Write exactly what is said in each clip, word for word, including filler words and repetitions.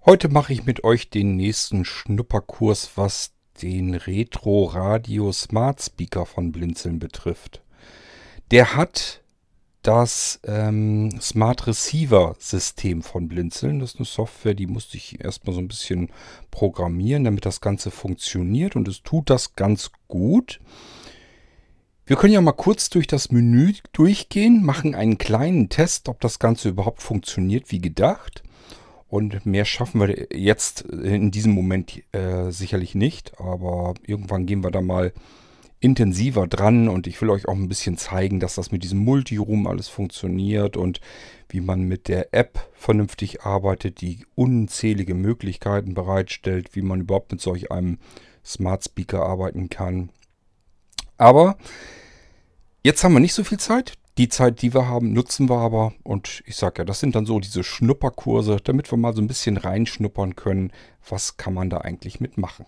Heute mache ich mit euch den nächsten Schnupperkurs, was den Retro Radio Smart Speaker von Blinzeln betrifft. Der hat das ähm, Smart Receiver System von Blinzeln. Das ist eine Software, die musste ich erstmal so ein bisschen programmieren, damit das Ganze funktioniert, und es tut das ganz gut. Wir können ja mal kurz durch das Menü durchgehen, machen einen kleinen Test, ob das Ganze überhaupt funktioniert wie gedacht. Und mehr schaffen wir jetzt in diesem Moment äh, sicherlich nicht. Aber irgendwann gehen wir da mal intensiver dran. Und ich will euch auch ein bisschen zeigen, dass das mit diesem Multiroom alles funktioniert. Und wie man mit der App vernünftig arbeitet, die unzählige Möglichkeiten bereitstellt. Wie man überhaupt mit solch einem Smart Speaker arbeiten kann. Aber jetzt haben wir nicht so viel Zeit. Die Zeit, die wir haben, nutzen wir aber. Und ich sage ja, das sind dann so diese Schnupperkurse, damit wir mal so ein bisschen reinschnuppern können. Was kann man da eigentlich mitmachen?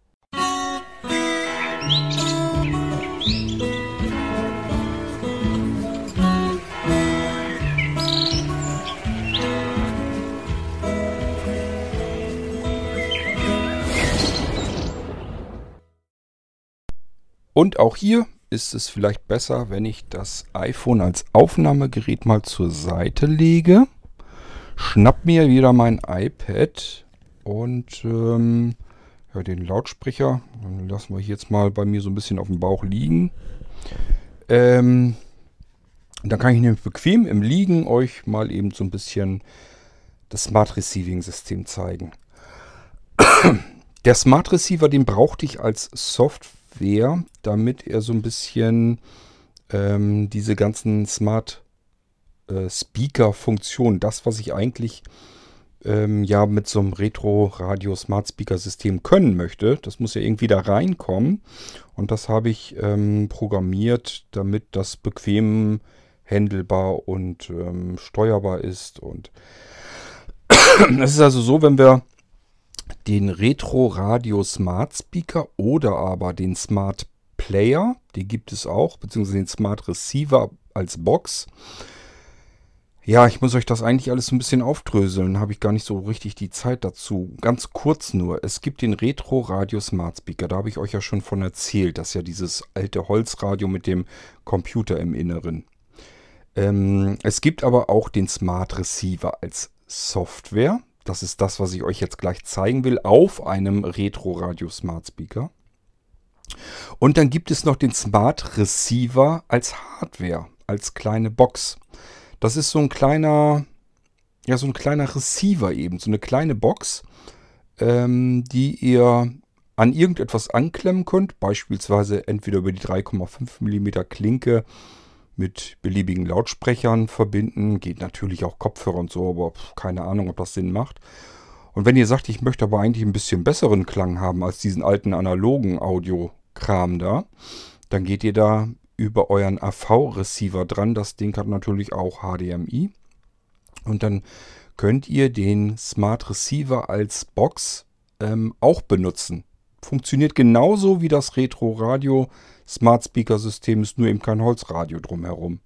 Und auch hier ist es vielleicht besser, wenn ich das iPhone als Aufnahmegerät mal zur Seite lege. Schnapp mir wieder mein iPad und ähm, ja, den Lautsprecher. Dann lassen wir jetzt mal bei mir so ein bisschen auf dem Bauch liegen. Ähm, dann kann ich nämlich bequem im Liegen euch mal eben so ein bisschen das Smart Receiving System zeigen. Der Smart Receiver, den brauchte ich als Software, damit er so ein bisschen ähm, diese ganzen Smart äh, Speaker-Funktionen, das, was ich eigentlich ähm, ja mit so einem Retro-Radio Smart Speaker-System können möchte, das muss ja irgendwie da reinkommen. Und das habe ich ähm, programmiert, damit das bequem handelbar und ähm, steuerbar ist. Und es ist also so, wenn wir den Retro Radio Smart Speaker oder aber den Smart Player, den gibt es auch, beziehungsweise den Smart Receiver als Box. Ja, ich muss euch das eigentlich alles so ein bisschen aufdröseln, habe ich gar nicht so richtig die Zeit dazu. Ganz kurz nur, es gibt den Retro Radio Smart Speaker, da habe ich euch ja schon von erzählt, das ist ja dieses alte Holzradio mit dem Computer im Inneren. Ähm, es gibt aber auch den Smart Receiver als Software. Das ist das, was ich euch jetzt gleich zeigen will, auf einem Retro Radio Smart Speaker. Und dann gibt es noch den Smart Receiver als Hardware, als kleine Box. Das ist so ein kleiner, ja, so ein kleiner Receiver eben, so eine kleine Box, ähm, die ihr an irgendetwas anklemmen könnt, beispielsweise entweder über die drei Komma fünf Millimeter Klinke mit beliebigen Lautsprechern verbinden. Geht natürlich auch Kopfhörer und so, aber keine Ahnung, ob das Sinn macht. Und wenn ihr sagt, ich möchte aber eigentlich ein bisschen besseren Klang haben als diesen alten analogen Audiokram da, dann geht ihr da über euren A V-Receiver dran. Das Ding hat natürlich auch H D M I. Und dann könnt ihr den Smart Receiver als Box ähm, auch benutzen. Funktioniert genauso wie das Retro Radio Smart Speaker System, ist nur eben kein Holzradio drumherum.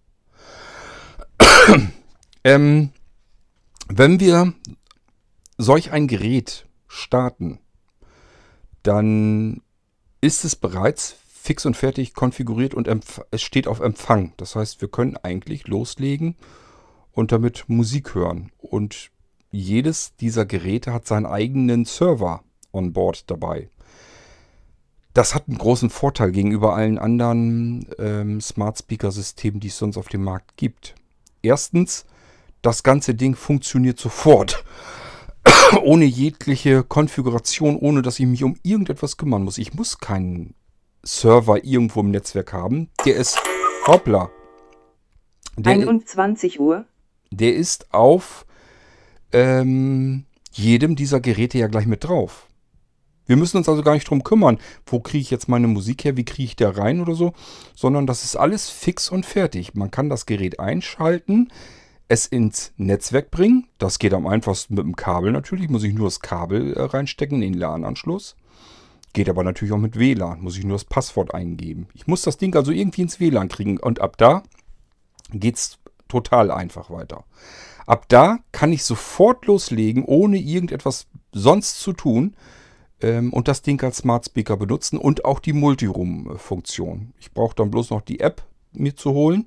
ähm, wenn wir solch ein Gerät starten, dann ist es bereits fix und fertig konfiguriert und es steht auf Empfang. Das heißt, wir können eigentlich loslegen und damit Musik hören. Und jedes dieser Geräte hat seinen eigenen Server on board dabei. Das hat einen großen Vorteil gegenüber allen anderen ähm, Smart Speaker Systemen, die es sonst auf dem Markt gibt. Erstens, das ganze Ding funktioniert sofort. Ohne jegliche Konfiguration, ohne dass ich mich um irgendetwas kümmern muss. Ich muss keinen Server irgendwo im Netzwerk haben. Der ist, hoppla. Der, einundzwanzig Uhr. Der ist auf ähm, jedem dieser Geräte ja gleich mit drauf. Wir müssen uns also gar nicht drum kümmern, wo kriege ich jetzt meine Musik her, wie kriege ich da rein oder so, sondern das ist alles fix und fertig. Man kann das Gerät einschalten, es ins Netzwerk bringen. Das geht am einfachsten mit dem Kabel natürlich, muss ich nur das Kabel äh, reinstecken in den LAN-Anschluss. Geht aber natürlich auch mit W L A N, muss ich nur das Passwort eingeben. Ich muss das Ding also irgendwie ins W L A N kriegen und ab da geht es total einfach weiter. Ab da kann ich sofort loslegen, ohne irgendetwas sonst zu tun ähm, und das Ding als Smart Speaker benutzen und auch die Multiroom-Funktion. Ich brauche dann bloß noch die App mir zu holen.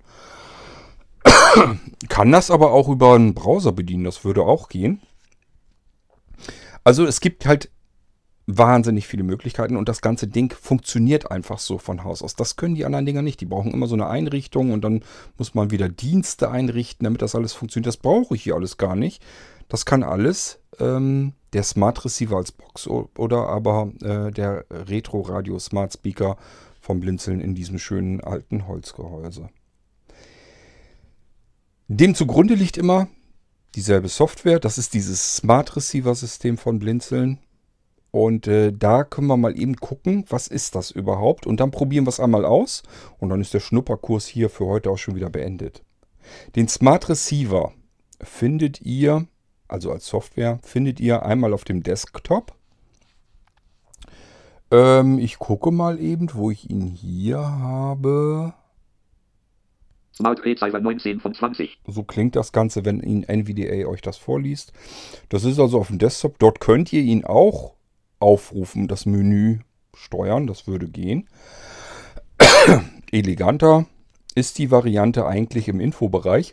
Kann das aber auch über einen Browser bedienen, das würde auch gehen. Also es gibt halt wahnsinnig viele Möglichkeiten und das ganze Ding funktioniert einfach so von Haus aus. Das können die anderen Dinger nicht. Die brauchen immer so eine Einrichtung und dann muss man wieder Dienste einrichten, damit das alles funktioniert. Das brauche ich hier alles gar nicht. Das kann alles ähm, der Smart Receiver als Box oder aber äh, der Retro Radio Smart Speaker vom Blinzeln in diesem schönen alten Holzgehäuse. Dem zugrunde liegt immer dieselbe Software. Das ist dieses Smart Receiver System von Blinzeln. Und äh, da können wir mal eben gucken, was ist das überhaupt. Und dann probieren wir es einmal aus. Und dann ist der Schnupperkurs hier für heute auch schon wieder beendet. Den Smart Receiver findet ihr, also als Software, findet ihr einmal auf dem Desktop. Ähm, ich gucke mal eben, wo ich ihn hier habe. Smart Receiver neunzehn von zwanzig. So klingt das Ganze, wenn Ihnen N V D A euch das vorliest. Das ist also auf dem Desktop. Dort könnt ihr ihn auch aufrufen, das Menü steuern, das würde gehen. Eleganter ist die Variante eigentlich im Infobereich.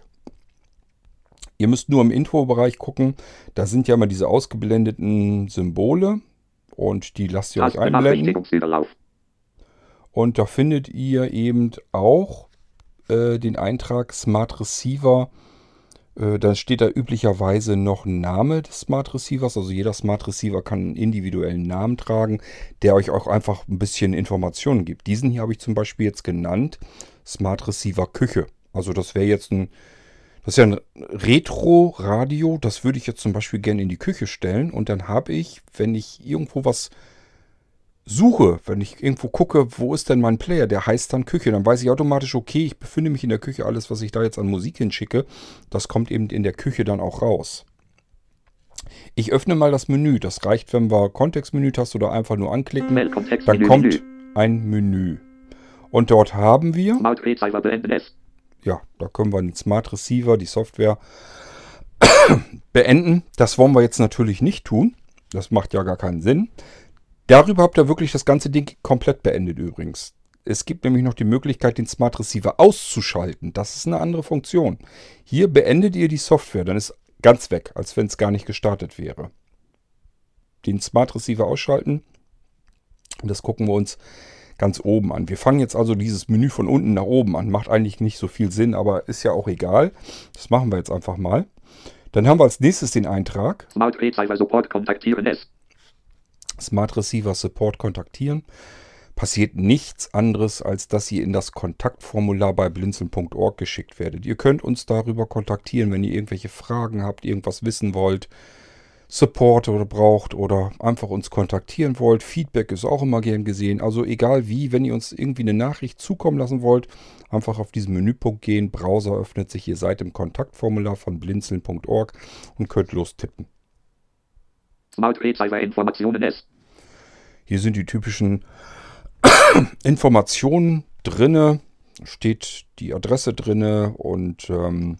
Ihr müsst nur im Infobereich gucken, da sind ja immer diese ausgeblendeten Symbole und die lasst ihr euch einblenden. Und da findet ihr eben auch äh, den Eintrag Smart Receiver. Dann steht da üblicherweise noch ein Name des Smart Receivers. Also jeder Smart Receiver kann einen individuellen Namen tragen, der euch auch einfach ein bisschen Informationen gibt. Diesen hier habe ich zum Beispiel jetzt genannt Smart Receiver Küche. Also das wäre jetzt ein, das ist ja ein Retro-Radio. Das würde ich jetzt zum Beispiel gerne in die Küche stellen. Und dann habe ich, wenn ich irgendwo was suche, wenn ich irgendwo gucke, wo ist denn mein Player, der heißt dann Küche, dann weiß ich automatisch, okay, ich befinde mich in der Küche, alles, was ich da jetzt an Musik hinschicke, das kommt eben in der Küche dann auch raus. Ich öffne mal das Menü, das reicht, wenn wir Kontextmenü-Taste oder einfach nur anklicken, dann kommt ein Menü. Und dort haben wir, Smart Receiver beenden es. Ja, da können wir den Smart Receiver, die Software, beenden. Das wollen wir jetzt natürlich nicht tun, das macht ja gar keinen Sinn. Darüber habt ihr wirklich das ganze Ding komplett beendet übrigens. Es gibt nämlich noch die Möglichkeit, den Smart Receiver auszuschalten. Das ist eine andere Funktion. Hier beendet ihr die Software, dann ist ganz weg, als wenn es gar nicht gestartet wäre. Den Smart Receiver ausschalten. Und das gucken wir uns ganz oben an. Wir fangen jetzt also dieses Menü von unten nach oben an. Macht eigentlich nicht so viel Sinn, aber ist ja auch egal. Das machen wir jetzt einfach mal. Dann haben wir als nächstes den Eintrag. Smart Receiver Support kontaktieren es. Smart Receiver Support kontaktieren. Passiert nichts anderes, als dass ihr in das Kontaktformular bei blinzeln punkt org geschickt werdet. Ihr könnt uns darüber kontaktieren, wenn ihr irgendwelche Fragen habt, irgendwas wissen wollt, Support oder braucht oder einfach uns kontaktieren wollt. Feedback ist auch immer gern gesehen. Also egal wie, wenn ihr uns irgendwie eine Nachricht zukommen lassen wollt, einfach auf diesen Menüpunkt gehen. Browser öffnet sich, ihr seid im Kontaktformular von blinzeln punkt org und könnt lostippen. Smart Receiver Informationen es. Hier sind die typischen Informationen drinne, steht die Adresse drinne und ähm,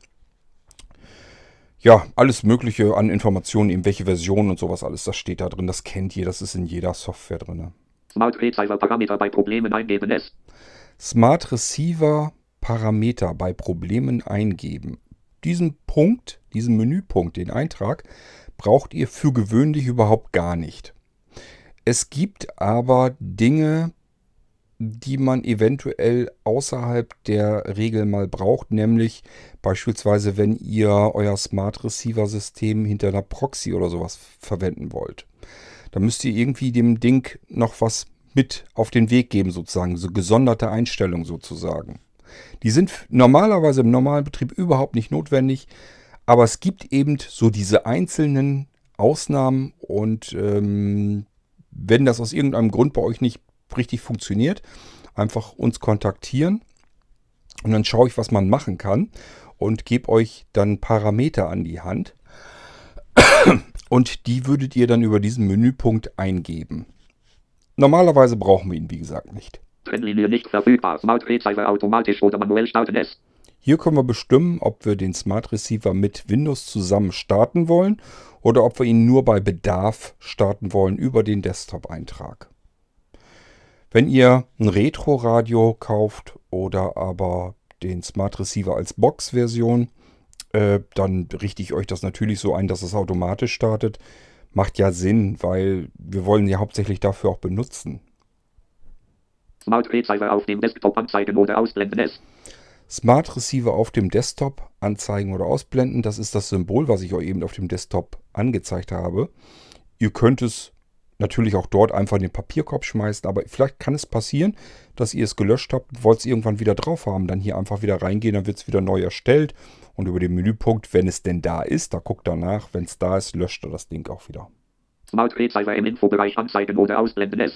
ja, alles Mögliche an Informationen, eben welche Version und sowas alles, das steht da drin, das kennt ihr, das ist in jeder Software drinne. Smart Receiver Parameter bei Problemen eingeben es. Smart Receiver Parameter bei Problemen eingeben. Diesen Punkt, diesen Menüpunkt, den Eintrag, braucht ihr für gewöhnlich überhaupt gar nicht. Es gibt aber Dinge, die man eventuell außerhalb der Regel mal braucht, nämlich beispielsweise, wenn ihr euer Smart Receiver System hinter einer Proxy oder sowas verwenden wollt. Da müsst ihr irgendwie dem Ding noch was mit auf den Weg geben, sozusagen, so gesonderte Einstellungen sozusagen. Die sind normalerweise im normalen Betrieb überhaupt nicht notwendig, aber es gibt eben so diese einzelnen Ausnahmen und ähm, wenn das aus irgendeinem Grund bei euch nicht richtig funktioniert, einfach uns kontaktieren und dann schaue ich, was man machen kann und gebe euch dann Parameter an die Hand und die würdet ihr dann über diesen Menüpunkt eingeben. Normalerweise brauchen wir ihn, wie gesagt, nicht. Trennlinie nicht verfügbar. Smart Receiver automatisch oder manuell starten es. Hier können wir bestimmen, ob wir den Smart Receiver mit Windows zusammen starten wollen oder ob wir ihn nur bei Bedarf starten wollen über den Desktop-Eintrag. Wenn ihr ein Retro-Radio kauft oder aber den Smart Receiver als Box-Version, äh, dann richte ich euch das natürlich so ein, dass es automatisch startet. Macht ja Sinn, weil wir wollen ja hauptsächlich dafür auch benutzen. Smart Receiver auf dem Desktop anzeigen oder ausblenden es. Smart Receiver auf dem Desktop anzeigen oder ausblenden, das ist das Symbol, was ich euch eben auf dem Desktop angezeigt habe. Ihr könnt es natürlich auch dort einfach in den Papierkorb schmeißen, aber vielleicht kann es passieren, dass ihr es gelöscht habt, wollt es irgendwann wieder drauf haben, dann hier einfach wieder reingehen, dann wird es wieder neu erstellt und über den Menüpunkt, wenn es denn da ist, da guckt er nach, wenn es da ist, löscht er das Ding auch wieder. Smart Receiver im Infobereich anzeigen oder ausblenden es.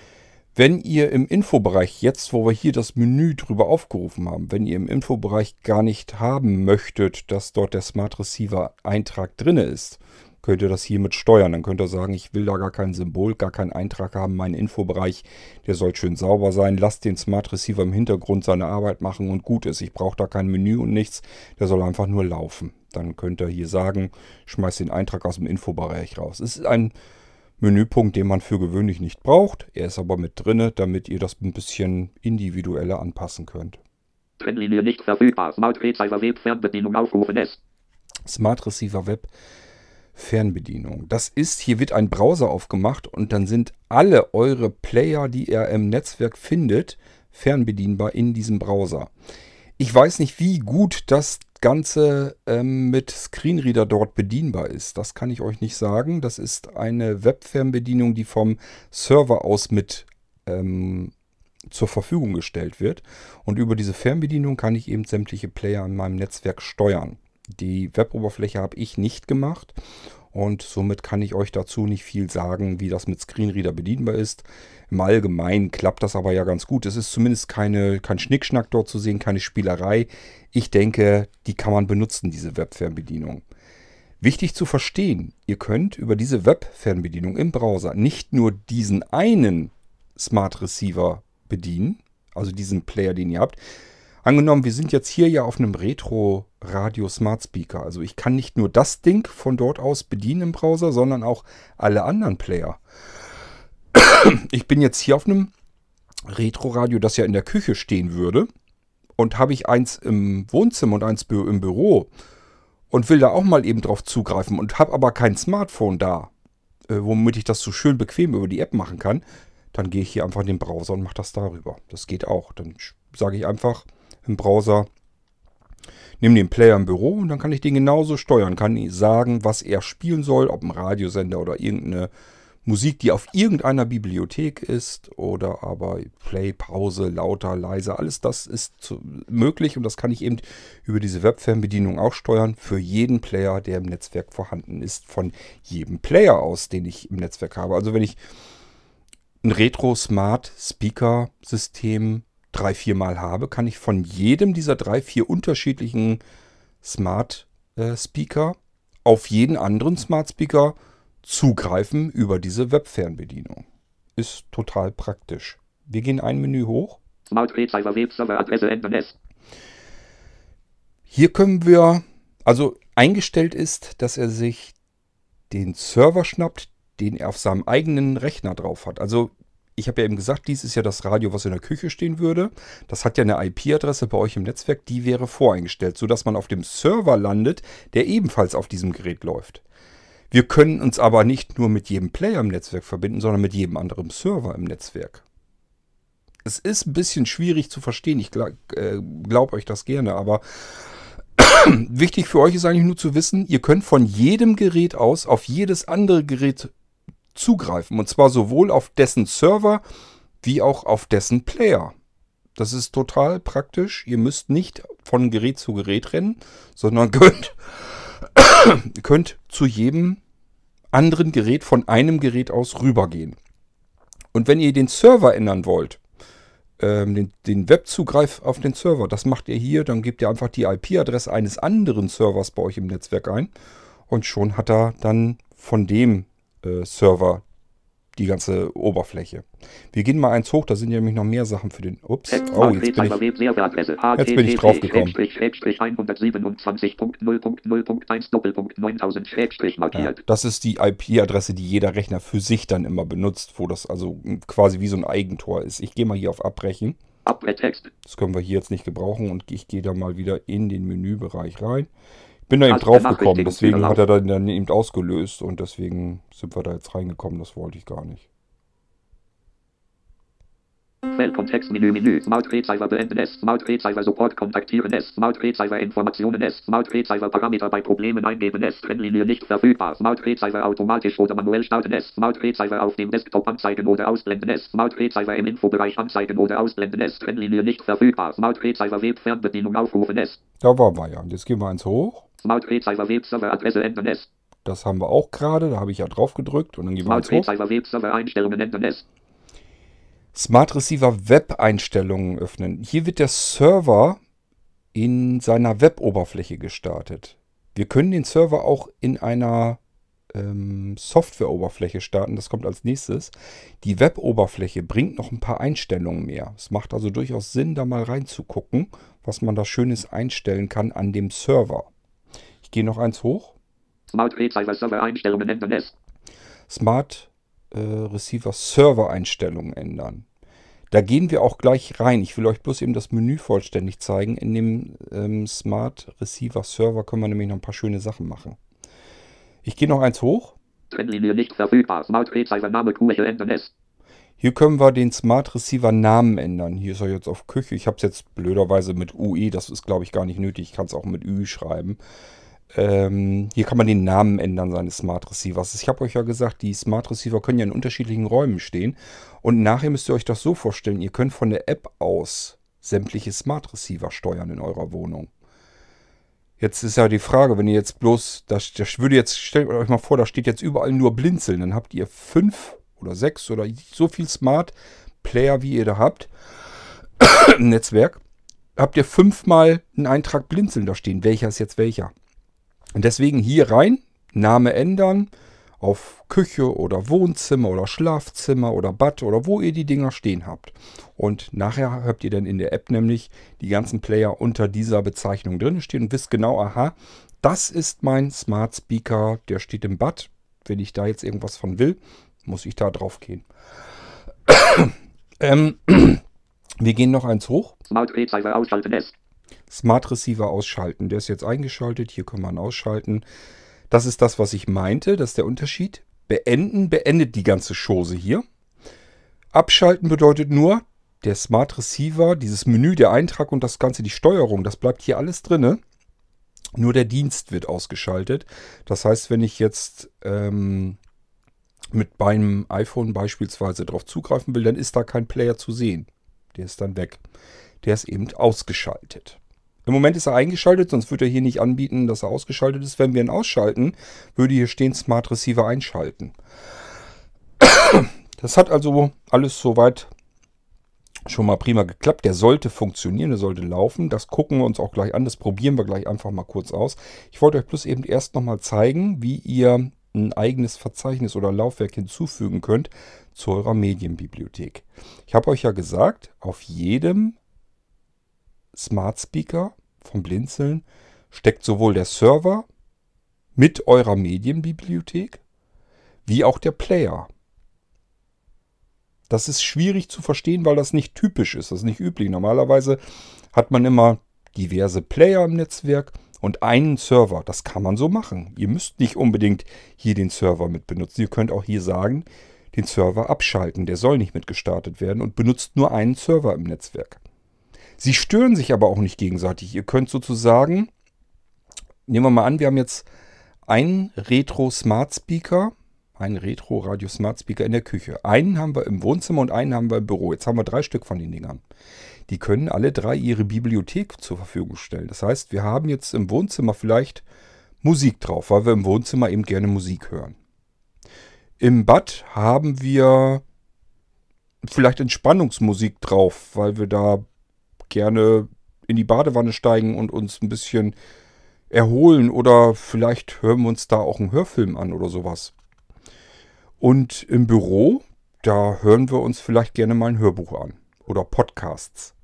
Wenn ihr im Infobereich, jetzt wo wir hier das Menü drüber aufgerufen haben, wenn ihr im Infobereich gar nicht haben möchtet, dass dort der Smart Receiver Eintrag drin ist, könnt ihr das hiermit steuern. Dann könnt ihr sagen, ich will da gar kein Symbol, gar keinen Eintrag haben. Mein Infobereich, der soll schön sauber sein. Lasst den Smart Receiver im Hintergrund seine Arbeit machen und gut ist. Ich brauche da kein Menü und nichts. Der soll einfach nur laufen. Dann könnt ihr hier sagen, schmeißt den Eintrag aus dem Infobereich raus. Es ist ein Menüpunkt, den man für gewöhnlich nicht braucht. Er ist aber mit drinne, damit ihr das ein bisschen individueller anpassen könnt. Trennlinie nicht verfügbar. Smart Receiver Web Fernbedienung aufrufen es. Smart Receiver Web Fernbedienung. Das ist, hier wird ein Browser aufgemacht und dann sind alle eure Player, die ihr im Netzwerk findet, fernbedienbar in diesem Browser. Ich weiß nicht, wie gut das Ganze ähm, mit Screenreader dort bedienbar ist. Das kann ich euch nicht sagen. Das ist eine Webfernbedienung, die vom Server aus mit ähm, zur Verfügung gestellt wird. Und über diese Fernbedienung kann ich eben sämtliche Player in meinem Netzwerk steuern. Die Weboberfläche habe ich nicht gemacht und somit kann ich euch dazu nicht viel sagen, wie das mit Screenreader bedienbar ist. Im Allgemeinen klappt das aber ja ganz gut. Es ist zumindest keine, kein Schnickschnack dort zu sehen, keine Spielerei. Ich denke, die kann man benutzen, diese Webfernbedienung. Wichtig zu verstehen, ihr könnt über diese Webfernbedienung im Browser nicht nur diesen einen Smart Receiver bedienen, also diesen Player, den ihr habt. Angenommen, wir sind jetzt hier ja auf einem Retro-Radio Smart Speaker. Also ich kann nicht nur das Ding von dort aus bedienen im Browser, sondern auch alle anderen Player. Ich bin jetzt hier auf einem Retro-Radio, das ja in der Küche stehen würde. Und habe ich eins im Wohnzimmer und eins im Büro und will da auch mal eben drauf zugreifen und habe aber kein Smartphone da, äh, womit ich das so schön bequem über die App machen kann, dann gehe ich hier einfach in den Browser und mache das darüber. Das geht auch. Dann sage ich einfach im Browser, nehme den Player im Büro und dann kann ich den genauso steuern. Kann sagen, was er spielen soll, ob ein Radiosender oder irgendeine Musik, die auf irgendeiner Bibliothek ist oder aber Play, Pause, lauter, leiser. Alles das ist zu, möglich und das kann ich eben über diese Webfernbedienung auch steuern für jeden Player, der im Netzwerk vorhanden ist, von jedem Player aus, den ich im Netzwerk habe. Also wenn ich ein Retro-Smart-Speaker-System drei, vier Mal habe, kann ich von jedem dieser drei, vier unterschiedlichen Smart-Speaker auf jeden anderen Smart-Speaker zugreifen über diese Webfernbedienung. Ist total praktisch. Wir gehen ein Menü hoch. Smart Receiver Web Server Adresse ändern es. Hier können wir, also eingestellt ist, dass er sich den Server schnappt, den er auf seinem eigenen Rechner drauf hat. Also ich habe ja eben gesagt, dies ist ja das Radio, was in der Küche stehen würde. Das hat ja eine I P-Adresse bei euch im Netzwerk, die wäre voreingestellt, sodass man auf dem Server landet, der ebenfalls auf diesem Gerät läuft. Wir können uns aber nicht nur mit jedem Player im Netzwerk verbinden, sondern mit jedem anderen Server im Netzwerk. Es ist ein bisschen schwierig zu verstehen, ich glaube äh, glaub euch das gerne, aber wichtig für euch ist eigentlich nur zu wissen, ihr könnt von jedem Gerät aus auf jedes andere Gerät zugreifen. Und zwar sowohl auf dessen Server wie auch auf dessen Player. Das ist total praktisch. Ihr müsst nicht von Gerät zu Gerät rennen, sondern könnt, könnt zu jedem anderen Gerät von einem Gerät aus rübergehen. Und wenn ihr den Server ändern wollt, ähm, den, den Webzugriff auf den Server, das macht ihr hier, dann gebt ihr einfach die I P-Adresse eines anderen Servers bei euch im Netzwerk ein und schon hat er dann von dem Server die ganze Oberfläche. Wir gehen mal eins hoch, da sind ja nämlich noch mehr Sachen für den... Ups, Text, oh, jetzt bin ich, jetzt bin ich draufgekommen. hundertsiebenundzwanzig Punkt null Punkt null Punkt eins Doppelpunkt neuntausend Schrägstrich Ja, markiert. das ist die I P-Adresse, die jeder Rechner für sich dann immer benutzt, wo das also quasi wie so ein Eigentor ist. Ich gehe mal hier auf Abbrechen. Abbrechtext. Das können wir hier jetzt nicht gebrauchen und ich gehe da mal wieder in den Menübereich rein. Bin da eben Taste draufgekommen, Benachrichtigung deswegen für hat er dann, dann eben ausgelöst und deswegen sind wir da jetzt reingekommen, das wollte ich gar nicht. Quellkontextmenü Menü. Smart Receiver beenden es. Smart Receiver Support kontaktieren es. Smart Receiver Informationen es. Smart Receiver Parameter bei Problemen eingeben es. Trennlinie nicht verfügbar. Smart Receiver automatisch oder manuell starten es. Smart Receiver auf dem Desktop anzeigen oder ausblenden es. Smart Receiver im Infobereich anzeigen oder ausblenden es. Trennlinie nicht verfügbar. Smart Receiver Web Fernbedienung aufrufen es. Da waren wir ja. Und jetzt gehen wir eins hoch. Smart Receiver Web Server Adresse ändern es. Das haben wir auch gerade, da habe ich ja drauf gedrückt und dann gehen wir Smart eins hoch. Receiver Web Server Einstellungen ändern es. Smart Receiver Web-Einstellungen öffnen. Hier wird der Server in seiner Web-Oberfläche gestartet. Wir können den Server auch in einer ähm, Software-Oberfläche starten. Das kommt als nächstes. Die Web-Oberfläche bringt noch ein paar Einstellungen mehr. Es macht also durchaus Sinn, da mal reinzugucken, was man da Schönes einstellen kann an dem Server. Ich gehe noch eins hoch. Smart Receiver Server Einstellungen ändern es. Smart äh, Receiver Server Einstellungen ändern. Da gehen wir auch gleich rein. Ich will euch bloß eben das Menü vollständig zeigen. In dem ähm, Smart Receiver Server können wir nämlich noch ein paar schöne Sachen machen. Ich gehe noch eins hoch. Trennlinie nicht verfügbar. Smart Receiver Name Küche ändern es. Hier können wir den Smart Receiver Namen ändern. Hier ist er jetzt auf Küche. Ich habe es jetzt blöderweise mit U E. Das ist, glaube ich, gar nicht nötig. Ich kann es auch mit Ü schreiben. Ähm, hier kann man den Namen ändern seines Smart Receivers. Ich habe euch ja gesagt, die Smart Receiver können ja in unterschiedlichen Räumen stehen. Und nachher müsst ihr euch das so vorstellen, ihr könnt von der App aus sämtliche Smart Receiver steuern in eurer Wohnung. Jetzt ist ja die Frage, wenn ihr jetzt bloß, das, das würde jetzt, stellt euch mal vor, da steht jetzt überall nur Blinzeln. Dann habt ihr fünf oder sechs oder so viel Smart Player, wie ihr da habt, im Netzwerk. Habt ihr fünfmal einen Eintrag Blinzeln da stehen. Welcher ist jetzt welcher? Und deswegen hier rein, Name ändern, auf Küche oder Wohnzimmer oder Schlafzimmer oder Bad oder wo ihr die Dinger stehen habt. Und nachher habt ihr dann in der App nämlich die ganzen Player unter dieser Bezeichnung drin stehen und wisst genau, aha, das ist mein Smart Speaker, der steht im Bad. Wenn ich da jetzt irgendwas von will, muss ich da drauf gehen. ähm, wir gehen noch eins hoch. Smart Receiver ausschalten es. Smart Receiver ausschalten. Der ist jetzt eingeschaltet. Hier kann man ausschalten. Das ist das, was ich meinte. Das ist der Unterschied. Beenden beendet die ganze Chose hier. Abschalten bedeutet nur, der Smart Receiver, dieses Menü, der Eintrag und das Ganze, die Steuerung, das bleibt hier alles drin. Nur der Dienst wird ausgeschaltet. Das heißt, wenn ich jetzt ähm, mit meinem iPhone beispielsweise darauf zugreifen will, dann ist da kein Player zu sehen. Der ist dann weg. Der ist eben ausgeschaltet. Im Moment ist er eingeschaltet, sonst würde er hier nicht anbieten, dass er ausgeschaltet ist. Wenn wir ihn ausschalten, würde hier stehen Smart Receiver einschalten. Das hat also alles soweit schon mal prima geklappt. Der sollte funktionieren, der sollte laufen. Das gucken wir uns auch gleich an, das probieren wir gleich einfach mal kurz aus. Ich wollte euch bloß eben erst nochmal zeigen, wie ihr ein eigenes Verzeichnis oder Laufwerk hinzufügen könnt zu eurer Medienbibliothek. Ich habe euch ja gesagt, auf jedem Smart Speaker vom Blinzeln steckt sowohl der Server mit eurer Medienbibliothek wie auch der Player. Das ist schwierig zu verstehen, weil das nicht typisch ist, das ist nicht üblich. Normalerweise hat man immer diverse Player im Netzwerk und einen Server. Das kann man so machen. Ihr müsst nicht unbedingt hier den Server mit benutzen. Ihr könnt auch hier sagen, den Server abschalten. Der soll nicht mit gestartet werden und benutzt nur einen Server im Netzwerk. Sie stören sich aber auch nicht gegenseitig. Ihr könnt sozusagen, nehmen wir mal an, wir haben jetzt einen Retro Smart Speaker, einen Retro Radio Smart Speaker in der Küche. Einen haben wir im Wohnzimmer und einen haben wir im Büro. Jetzt haben wir drei Stück von den Dingern. Die können alle drei ihre Bibliothek zur Verfügung stellen. Das heißt, wir haben jetzt im Wohnzimmer vielleicht Musik drauf, weil wir im Wohnzimmer eben gerne Musik hören. Im Bad haben wir vielleicht Entspannungsmusik drauf, weil wir da gerne in die Badewanne steigen und uns ein bisschen erholen oder vielleicht hören wir uns da auch einen Hörfilm an oder sowas. Und im Büro, da hören wir uns vielleicht gerne mal ein Hörbuch an. Oder Podcasts.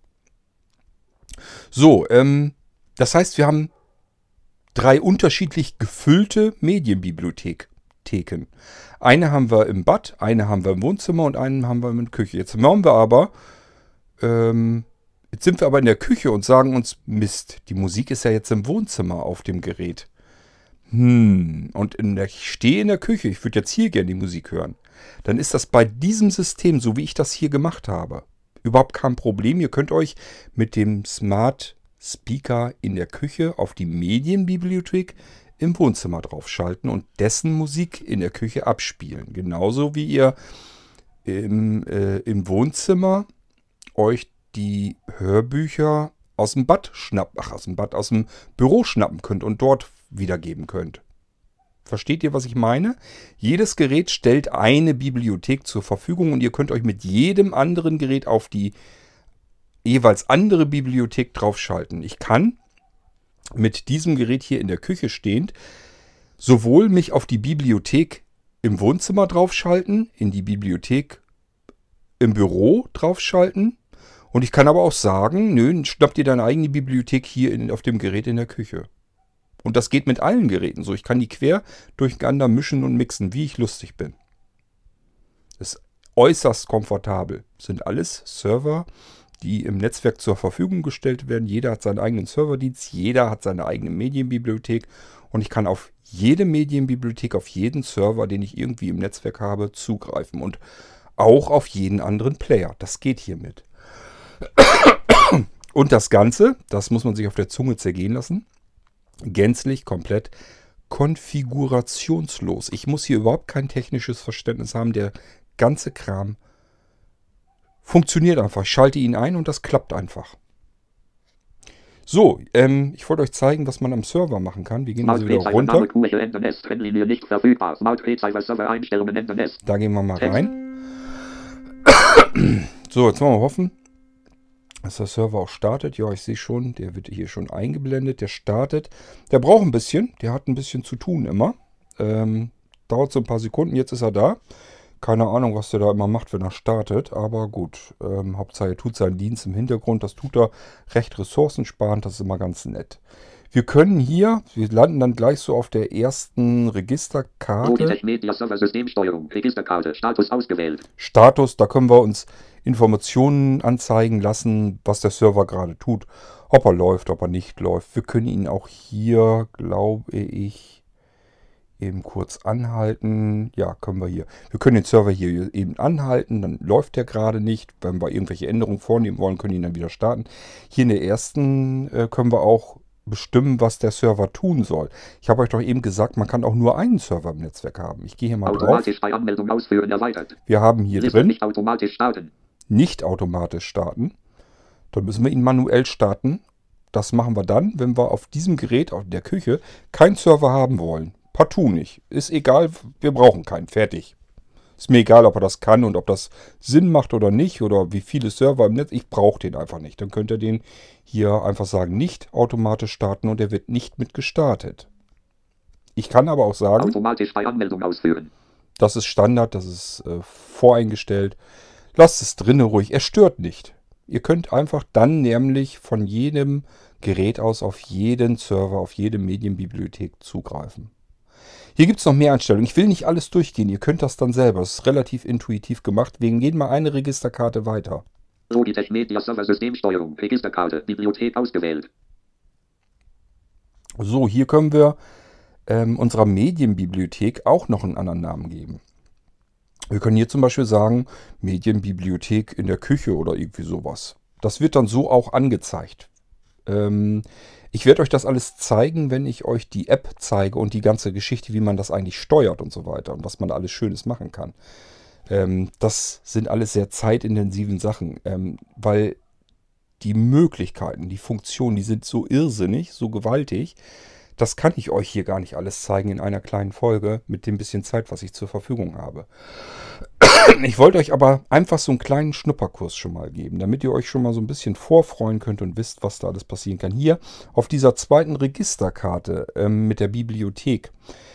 So, ähm, das heißt, wir haben drei unterschiedlich gefüllte Medienbibliotheken. Eine haben wir im Bad, eine haben wir im Wohnzimmer und eine haben wir in der Küche. Jetzt machen wir aber, ähm, jetzt sind wir aber in der Küche und sagen uns, Mist, die Musik ist ja jetzt im Wohnzimmer auf dem Gerät. Hm, und in der, ich stehe in der Küche, ich würde jetzt hier gerne die Musik hören. Dann ist das bei diesem System, so wie ich das hier gemacht habe, überhaupt kein Problem. Ihr könnt euch mit dem Smart Speaker in der Küche auf die Medienbibliothek im Wohnzimmer draufschalten und dessen Musik in der Küche abspielen. Genauso wie ihr im, äh, im Wohnzimmer euch die Hörbücher aus dem Bad schnappen, ach, aus dem Bad, aus dem Büro schnappen könnt und dort wiedergeben könnt. Versteht ihr, was ich meine? Jedes Gerät stellt eine Bibliothek zur Verfügung und ihr könnt euch mit jedem anderen Gerät auf die jeweils andere Bibliothek draufschalten. Ich kann mit diesem Gerät hier in der Küche stehend sowohl mich auf die Bibliothek im Wohnzimmer draufschalten, in die Bibliothek im Büro draufschalten und ich kann aber auch sagen, nö, schnapp dir deine eigene Bibliothek hier in, auf dem Gerät in der Küche. Und das geht mit allen Geräten so. Ich kann die quer durcheinander mischen und mixen, wie ich lustig bin. Das ist äußerst komfortabel. Das sind alles Server, die im Netzwerk zur Verfügung gestellt werden. Jeder hat seinen eigenen Serverdienst, jeder hat seine eigene Medienbibliothek. Und ich kann auf jede Medienbibliothek, auf jeden Server, den ich irgendwie im Netzwerk habe, zugreifen. Und auch auf jeden anderen Player. Das geht hiermit. Und das Ganze, das muss man sich auf der Zunge zergehen lassen, gänzlich, komplett konfigurationslos. Ich muss hier überhaupt kein technisches Verständnis haben. Der ganze Kram funktioniert einfach. Ich schalte ihn ein und das klappt einfach. So, ähm, ich wollte euch zeigen, was man am Server machen kann. Wir gehen also wieder runter. Da gehen wir mal rein. So, jetzt wollen wir hoffen, dass der Server auch startet. Ja, ich sehe schon, der wird hier schon eingeblendet. Der startet. Der braucht ein bisschen. Der hat ein bisschen zu tun immer. Ähm, dauert so ein paar Sekunden. Jetzt ist er da. Keine Ahnung, was der da immer macht, wenn er startet. Aber gut. Ähm, Hauptsache, er tut seinen Dienst im Hintergrund. Das tut er recht ressourcensparend. Das ist immer ganz nett. Wir können hier, wir landen dann gleich so auf der ersten Registerkarte. Registerkarte, Status ausgewählt. Status, da können wir uns Informationen anzeigen lassen, was der Server gerade tut. Ob er läuft, ob er nicht läuft. Wir können ihn auch hier, glaube ich, eben kurz anhalten. Ja, können wir hier. Wir können den Server hier eben anhalten, dann läuft der gerade nicht. Wenn wir irgendwelche Änderungen vornehmen wollen, können wir ihn dann wieder starten. Hier in der ersten äh, können wir auch bestimmen, was der Server tun soll. Ich habe euch doch eben gesagt, man kann auch nur einen Server im Netzwerk haben. Ich gehe hier mal automatisch drauf. Bei Anmeldung ausführen erweitert. Wir haben hier Liste drin nicht automatisch starten. nicht automatisch starten. Dann müssen wir ihn manuell starten. Das machen wir dann, wenn wir auf diesem Gerät, auf der Küche, keinen Server haben wollen. Partout nicht. Ist egal, wir brauchen keinen. Fertig. Ist mir egal, ob er das kann und ob das Sinn macht oder nicht oder wie viele Server im Netz. Ich brauche den einfach nicht. Dann könnt ihr den hier einfach sagen, nicht automatisch starten und er wird nicht mit gestartet. Ich kann aber auch sagen, automatisch bei Anmeldung ausführen. Das ist Standard, das ist äh, voreingestellt. Lasst es drinnen ruhig, er stört nicht. Ihr könnt einfach dann nämlich von jedem Gerät aus auf jeden Server, auf jede Medienbibliothek zugreifen. Hier gibt es noch mehr Einstellungen. Ich will nicht alles durchgehen. Ihr könnt das dann selber. Das ist relativ intuitiv gemacht. Wir gehen mal eine Registerkarte weiter. Logitech Media Server Systemsteuerung. Registerkarte. Bibliothek ausgewählt. So, hier können wir ähm, unserer Medienbibliothek auch noch einen anderen Namen geben. Wir können hier zum Beispiel sagen, Medienbibliothek in der Küche oder irgendwie sowas. Das wird dann so auch angezeigt. Ähm, ich werde euch das alles zeigen, wenn ich euch die App zeige und die ganze Geschichte, wie man das eigentlich steuert und so weiter und was man alles Schönes machen kann. Ähm, das sind alles sehr zeitintensiven Sachen, ähm, weil die Möglichkeiten, die Funktionen, die sind so irrsinnig, so gewaltig. Das kann ich euch hier gar nicht alles zeigen in einer kleinen Folge mit dem bisschen Zeit, was ich zur Verfügung habe. Ich wollte euch aber einfach so einen kleinen Schnupperkurs schon mal geben, damit ihr euch schon mal so ein bisschen vorfreuen könnt und wisst, was da alles passieren kann. Hier auf dieser zweiten Registerkarte ähm, mit der Bibliothek.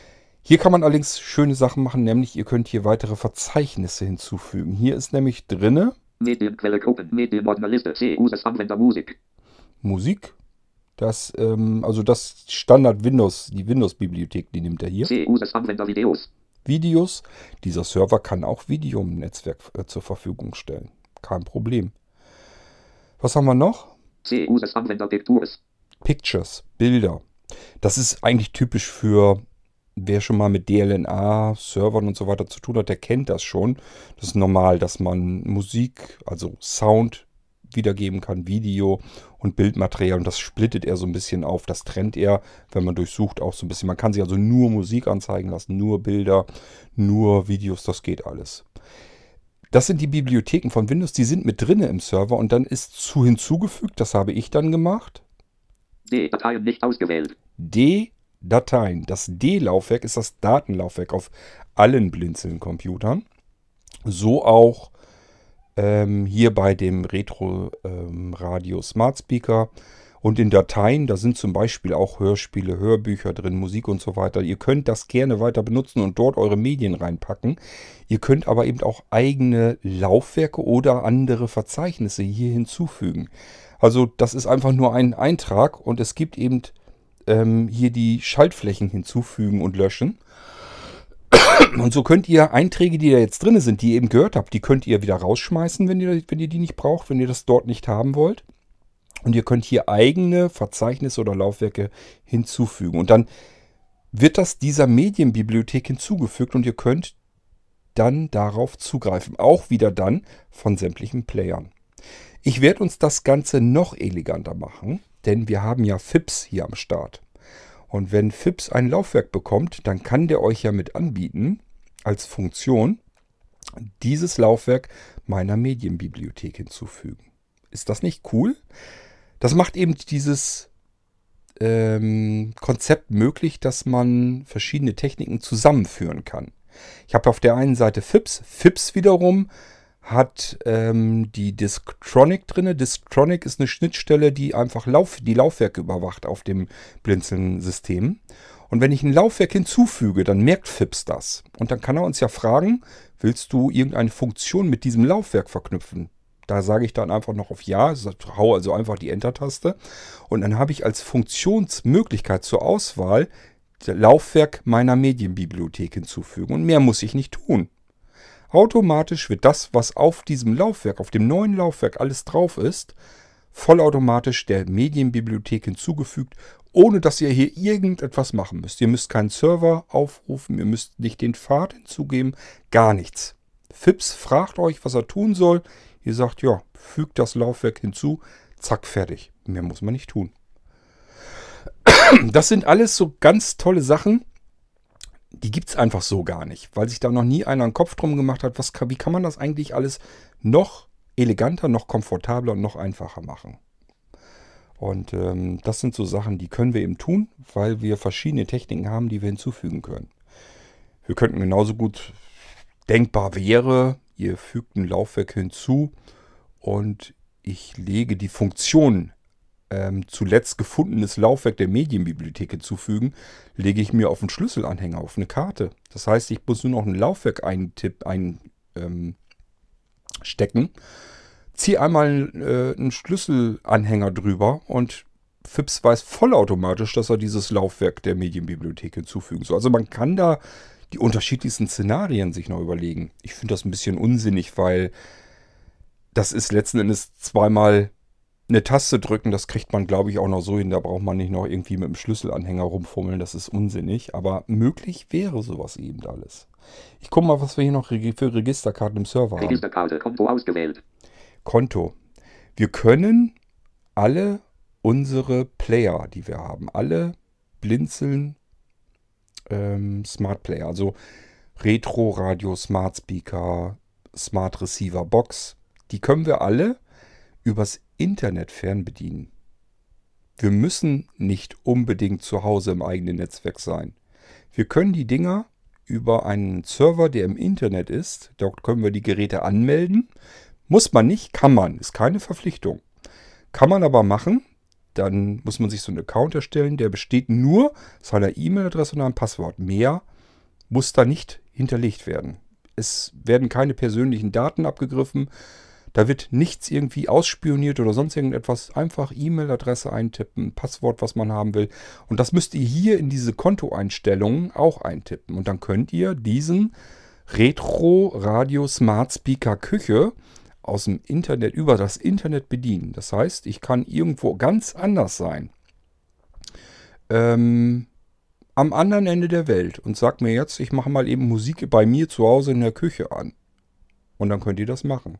Hier kann man allerdings schöne Sachen machen, nämlich ihr könnt hier weitere Verzeichnisse hinzufügen. Hier ist nämlich drinne Medienquelle Gruppen, Medienordnerliste, C, Users, Anwender, Musik. Musik. Das, ähm, also das Standard Windows, die Windows-Bibliothek, die nimmt er hier. C, Users, Anwender, Videos. Videos. Dieser Server kann auch Video im Netzwerk äh, zur Verfügung stellen. Kein Problem. Was haben wir noch? C, Users, Anwender, Pictures. Pictures, Bilder. Das ist eigentlich typisch für, wer schon mal mit D L N A-Servern und so weiter zu tun hat, der kennt das schon. Das ist normal, dass man Musik, also Sound wiedergeben kann, Video und Bildmaterial. Und das splittet er so ein bisschen auf. Das trennt er, wenn man durchsucht, auch so ein bisschen. Man kann sich also nur Musik anzeigen lassen, nur Bilder, nur Videos, das geht alles. Das sind die Bibliotheken von Windows, die sind mit drinne im Server und dann ist zu hinzugefügt, das habe ich dann gemacht. D, Dateien nicht ausgewählt. D-Dateien. Das D-Laufwerk ist das Datenlaufwerk auf allen Blinzeln-Computern. So auch ähm, hier bei dem Retro ähm, Radio Smart Speaker. Und in Dateien, da sind zum Beispiel auch Hörspiele, Hörbücher drin, Musik und so weiter. Ihr könnt das gerne weiter benutzen und dort eure Medien reinpacken. Ihr könnt aber eben auch eigene Laufwerke oder andere Verzeichnisse hier hinzufügen. Also das ist einfach nur ein Eintrag und es gibt eben ähm, hier die Schaltflächen hinzufügen und löschen. Und so könnt ihr Einträge, die da jetzt drin sind, die ihr eben gehört habt, die könnt ihr wieder rausschmeißen, wenn ihr, wenn ihr die nicht braucht, wenn ihr das dort nicht haben wollt. Und ihr könnt hier eigene Verzeichnisse oder Laufwerke hinzufügen. Und dann wird das dieser Medienbibliothek hinzugefügt und ihr könnt dann darauf zugreifen. Auch wieder dann von sämtlichen Playern. Ich werde uns das Ganze noch eleganter machen, denn wir haben ja F I P S hier am Start. Und wenn F I P S ein Laufwerk bekommt, dann kann der euch ja mit anbieten, als Funktion, dieses Laufwerk meiner Medienbibliothek hinzufügen. Ist das nicht cool? Das macht eben dieses ähm, Konzept möglich, dass man verschiedene Techniken zusammenführen kann. Ich habe auf der einen Seite F I P S. F I P S wiederum hat ähm, die Disktronic drin. Disktronic ist eine Schnittstelle, die einfach Lauf, die Laufwerke überwacht auf dem Blinzeln-System. Und wenn ich ein Laufwerk hinzufüge, dann merkt F I P S das. Und dann kann er uns ja fragen, willst du irgendeine Funktion mit diesem Laufwerk verknüpfen? Da sage ich dann einfach noch auf Ja, hau also einfach die Enter-Taste. Und dann habe ich als Funktionsmöglichkeit zur Auswahl das Laufwerk meiner Medienbibliothek hinzufügen. Und mehr muss ich nicht tun. Automatisch wird das, was auf diesem Laufwerk, auf dem neuen Laufwerk alles drauf ist, vollautomatisch der Medienbibliothek hinzugefügt, ohne dass ihr hier irgendetwas machen müsst. Ihr müsst keinen Server aufrufen, ihr müsst nicht den Pfad hinzugeben, gar nichts. F I P S fragt euch, was er tun soll. Ihr sagt, ja, fügt das Laufwerk hinzu, zack, fertig. Mehr muss man nicht tun. Das sind alles so ganz tolle Sachen, die gibt es einfach so gar nicht, weil sich da noch nie einer einen Kopf drum gemacht hat, was, wie kann man das eigentlich alles noch eleganter, noch komfortabler und noch einfacher machen. Und ähm, das sind so Sachen, die können wir eben tun, weil wir verschiedene Techniken haben, die wir hinzufügen können. Wir könnten genauso gut, denkbar wäre, ihr fügt ein Laufwerk hinzu und ich lege die Funktion ähm, zuletzt gefundenes Laufwerk der Medienbibliothek hinzufügen, lege ich mir auf einen Schlüsselanhänger, auf eine Karte. Das heißt, ich muss nur noch ein Laufwerk eintipp, einstecken, ähm, ziehe einmal äh, einen Schlüsselanhänger drüber und F I P S weiß vollautomatisch, dass er dieses Laufwerk der Medienbibliothek hinzufügen soll. Also man kann da die unterschiedlichsten Szenarien sich noch überlegen. Ich finde das ein bisschen unsinnig, weil das ist letzten Endes zweimal eine Taste drücken. Das kriegt man, glaube ich, auch noch so hin. Da braucht man nicht noch irgendwie mit dem Schlüsselanhänger rumfummeln. Das ist unsinnig. Aber möglich wäre sowas eben alles. Ich gucke mal, was wir hier noch für Registerkarten im Server haben. Registerkarte, Konto ausgewählt. Konto. Wir können alle unsere Player, die wir haben, alle Blinzeln ähm, Smart Player, also Retro Radio, Smart Speaker, Smart Receiver Box, die können wir alle übers Internet fernbedienen. Wir müssen nicht unbedingt zu Hause im eigenen Netzwerk sein. Wir können die Dinger über einen Server, der im Internet ist, dort können wir die Geräte anmelden. Muss man nicht, kann man, ist keine Verpflichtung. Kann man aber machen, dann muss man sich so einen Account erstellen, der besteht nur aus einer E-Mail-Adresse und einem Passwort. Mehr muss da nicht hinterlegt werden. Es werden keine persönlichen Daten abgegriffen. Da wird nichts irgendwie ausspioniert oder sonst irgendetwas. Einfach E-Mail-Adresse eintippen, Passwort, was man haben will. Und das müsst ihr hier in diese Kontoeinstellungen auch eintippen. Und dann könnt ihr diesen Retro Radio Smart Speaker Küche aus dem Internet, über das Internet bedienen. Das heißt, ich kann irgendwo ganz anders sein. Ähm, am anderen Ende der Welt. Und sag mir jetzt, ich mache mal eben Musik bei mir zu Hause in der Küche an. Und dann könnt ihr das machen.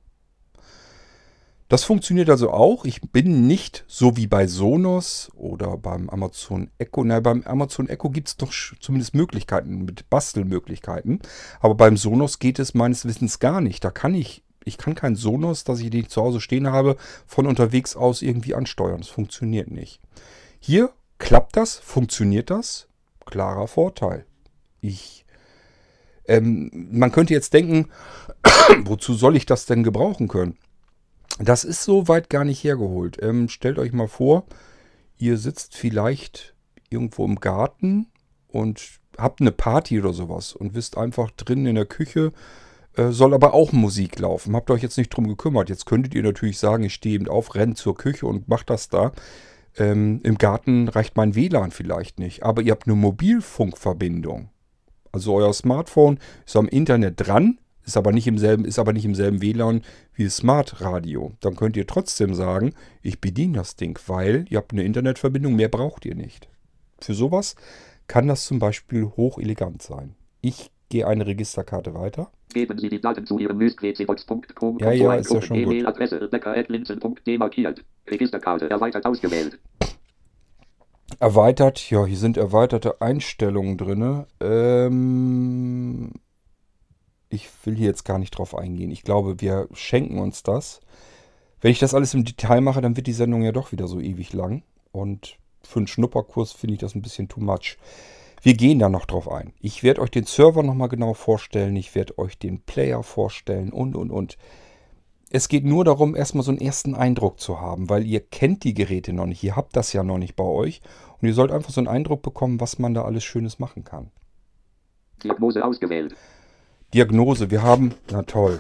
Das funktioniert also auch. Ich bin nicht so wie bei Sonos oder beim Amazon Echo. Nein, beim Amazon Echo gibt es doch zumindest Möglichkeiten mit Bastelmöglichkeiten. Aber beim Sonos geht es meines Wissens gar nicht. Da kann ich, ich kann kein Sonos, das ich nicht zu Hause stehen habe, von unterwegs aus irgendwie ansteuern. Das funktioniert nicht. Hier klappt das, funktioniert das. Klarer Vorteil. Ich, ähm, man könnte jetzt denken, wozu soll ich das denn gebrauchen können? Das ist so weit gar nicht hergeholt. Ähm, stellt euch mal vor, ihr sitzt vielleicht irgendwo im Garten und habt eine Party oder sowas und wisst einfach drinnen in der Küche, äh, soll aber auch Musik laufen. Habt euch jetzt nicht drum gekümmert. Jetzt könntet ihr natürlich sagen, ich stehe eben auf, renne zur Küche und mache das da. Ähm, im Garten reicht mein W L A N vielleicht nicht, aber ihr habt eine Mobilfunkverbindung. Also euer Smartphone ist am Internet dran. Ist aber nicht im selben, ist aber nicht im selben W L A N wie das Smart Radio. Dann könnt ihr trotzdem sagen, ich bediene das Ding, weil ihr habt eine Internetverbindung, mehr braucht ihr nicht. Für sowas kann das zum Beispiel hochelegant sein. Ich gehe eine Registerkarte weiter. Geben Sie die Daten zu Ihrem Müsquezibox punkt com. Ja, ja, ist ja schon gut. E-Mail-Adresse becker at linzen punkt de markiert. Registerkarte erweitert ausgewählt. Erweitert, ja, hier sind erweiterte Einstellungen drin. Ähm... Ich will hier jetzt gar nicht drauf eingehen. Ich glaube, wir schenken uns das. Wenn ich das alles im Detail mache, dann wird die Sendung ja doch wieder so ewig lang. Und für einen Schnupperkurs finde ich das ein bisschen too much. Wir gehen da noch drauf ein. Ich werde euch den Server nochmal genau vorstellen. Ich werde euch den Player vorstellen und, und, und. Es geht nur darum, erstmal so einen ersten Eindruck zu haben, weil ihr kennt die Geräte noch nicht. Ihr habt das ja noch nicht bei euch. Und ihr sollt einfach so einen Eindruck bekommen, was man da alles Schönes machen kann. Diagnose ausgewählt. Diagnose, wir haben, na toll,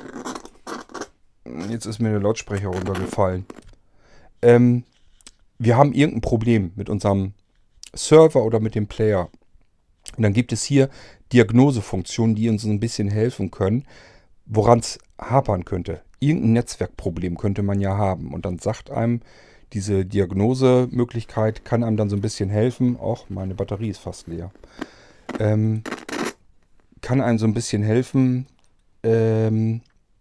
jetzt ist mir der Lautsprecher runtergefallen. Ähm, wir haben irgendein Problem mit unserem Server oder mit dem Player. Und dann gibt es hier Diagnosefunktionen, die uns ein bisschen helfen können, woran es hapern könnte. Irgendein Netzwerkproblem könnte man ja haben. Und dann sagt einem, diese Diagnosemöglichkeit kann einem dann so ein bisschen helfen. Och, meine Batterie ist fast leer. Ähm... kann einem so ein bisschen helfen, ähm,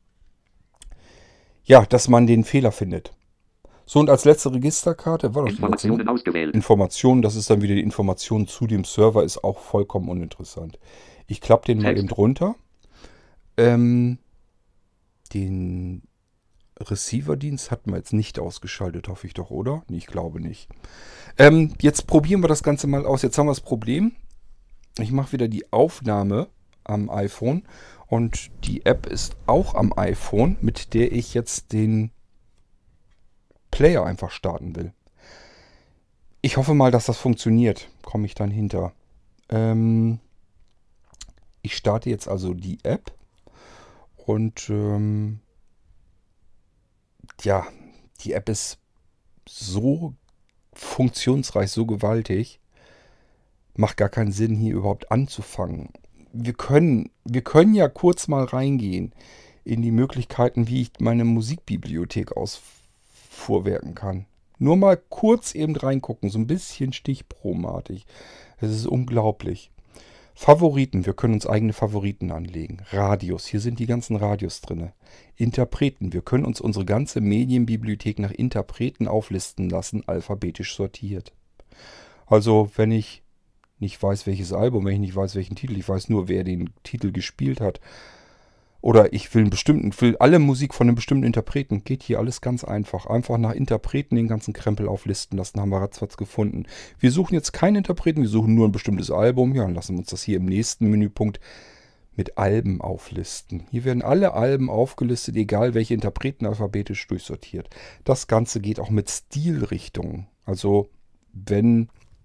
ja, dass man den Fehler findet. So, und als letzte Registerkarte war doch Informationen ausgewählt. Informationen, das ist dann wieder die Information zu dem Server, ist auch vollkommen uninteressant. Ich klappe den mal eben drunter. Ähm, den Receiver-Dienst hatten wir jetzt nicht ausgeschaltet, hoffe ich doch, oder? Nee, ich glaube nicht. Ähm, jetzt probieren wir das Ganze mal aus. Jetzt haben wir das Problem. Ich mache wieder die Aufnahme am iPhone und die App ist auch am iPhone, mit der ich jetzt den Player einfach starten will. Ich hoffe mal, dass das funktioniert. Komme ich dann hinter. Ähm, ich starte jetzt also die App und ähm, ja, die App ist so funktionsreich, so gewaltig. Macht gar keinen Sinn, hier überhaupt anzufangen. Wir können, wir können ja kurz mal reingehen in die Möglichkeiten, wie ich meine Musikbibliothek ausfuhrwerken kann. Nur mal kurz eben reingucken, so ein bisschen stichprobenartig. Es ist unglaublich. Favoriten, wir können uns eigene Favoriten anlegen. Radios, hier sind die ganzen Radios drin. Interpreten, wir können uns unsere ganze Medienbibliothek nach Interpreten auflisten lassen, alphabetisch sortiert. Also, wenn ich nicht weiß, welches Album, wenn ich nicht weiß, welchen Titel, ich weiß nur, wer den Titel gespielt hat. Oder ich will einen bestimmten, will alle Musik von einem bestimmten Interpreten. Geht hier alles ganz einfach. Einfach nach Interpreten den ganzen Krempel auflisten lassen, haben wir ratzfatz gefunden. Wir suchen jetzt keinen Interpreten, wir suchen nur ein bestimmtes Album. Ja, dann lassen wir uns das hier im nächsten Menüpunkt mit Alben auflisten. Hier werden alle Alben aufgelistet, egal welche Interpreten, alphabetisch durchsortiert. Das Ganze geht auch mit Stilrichtungen. Also wenn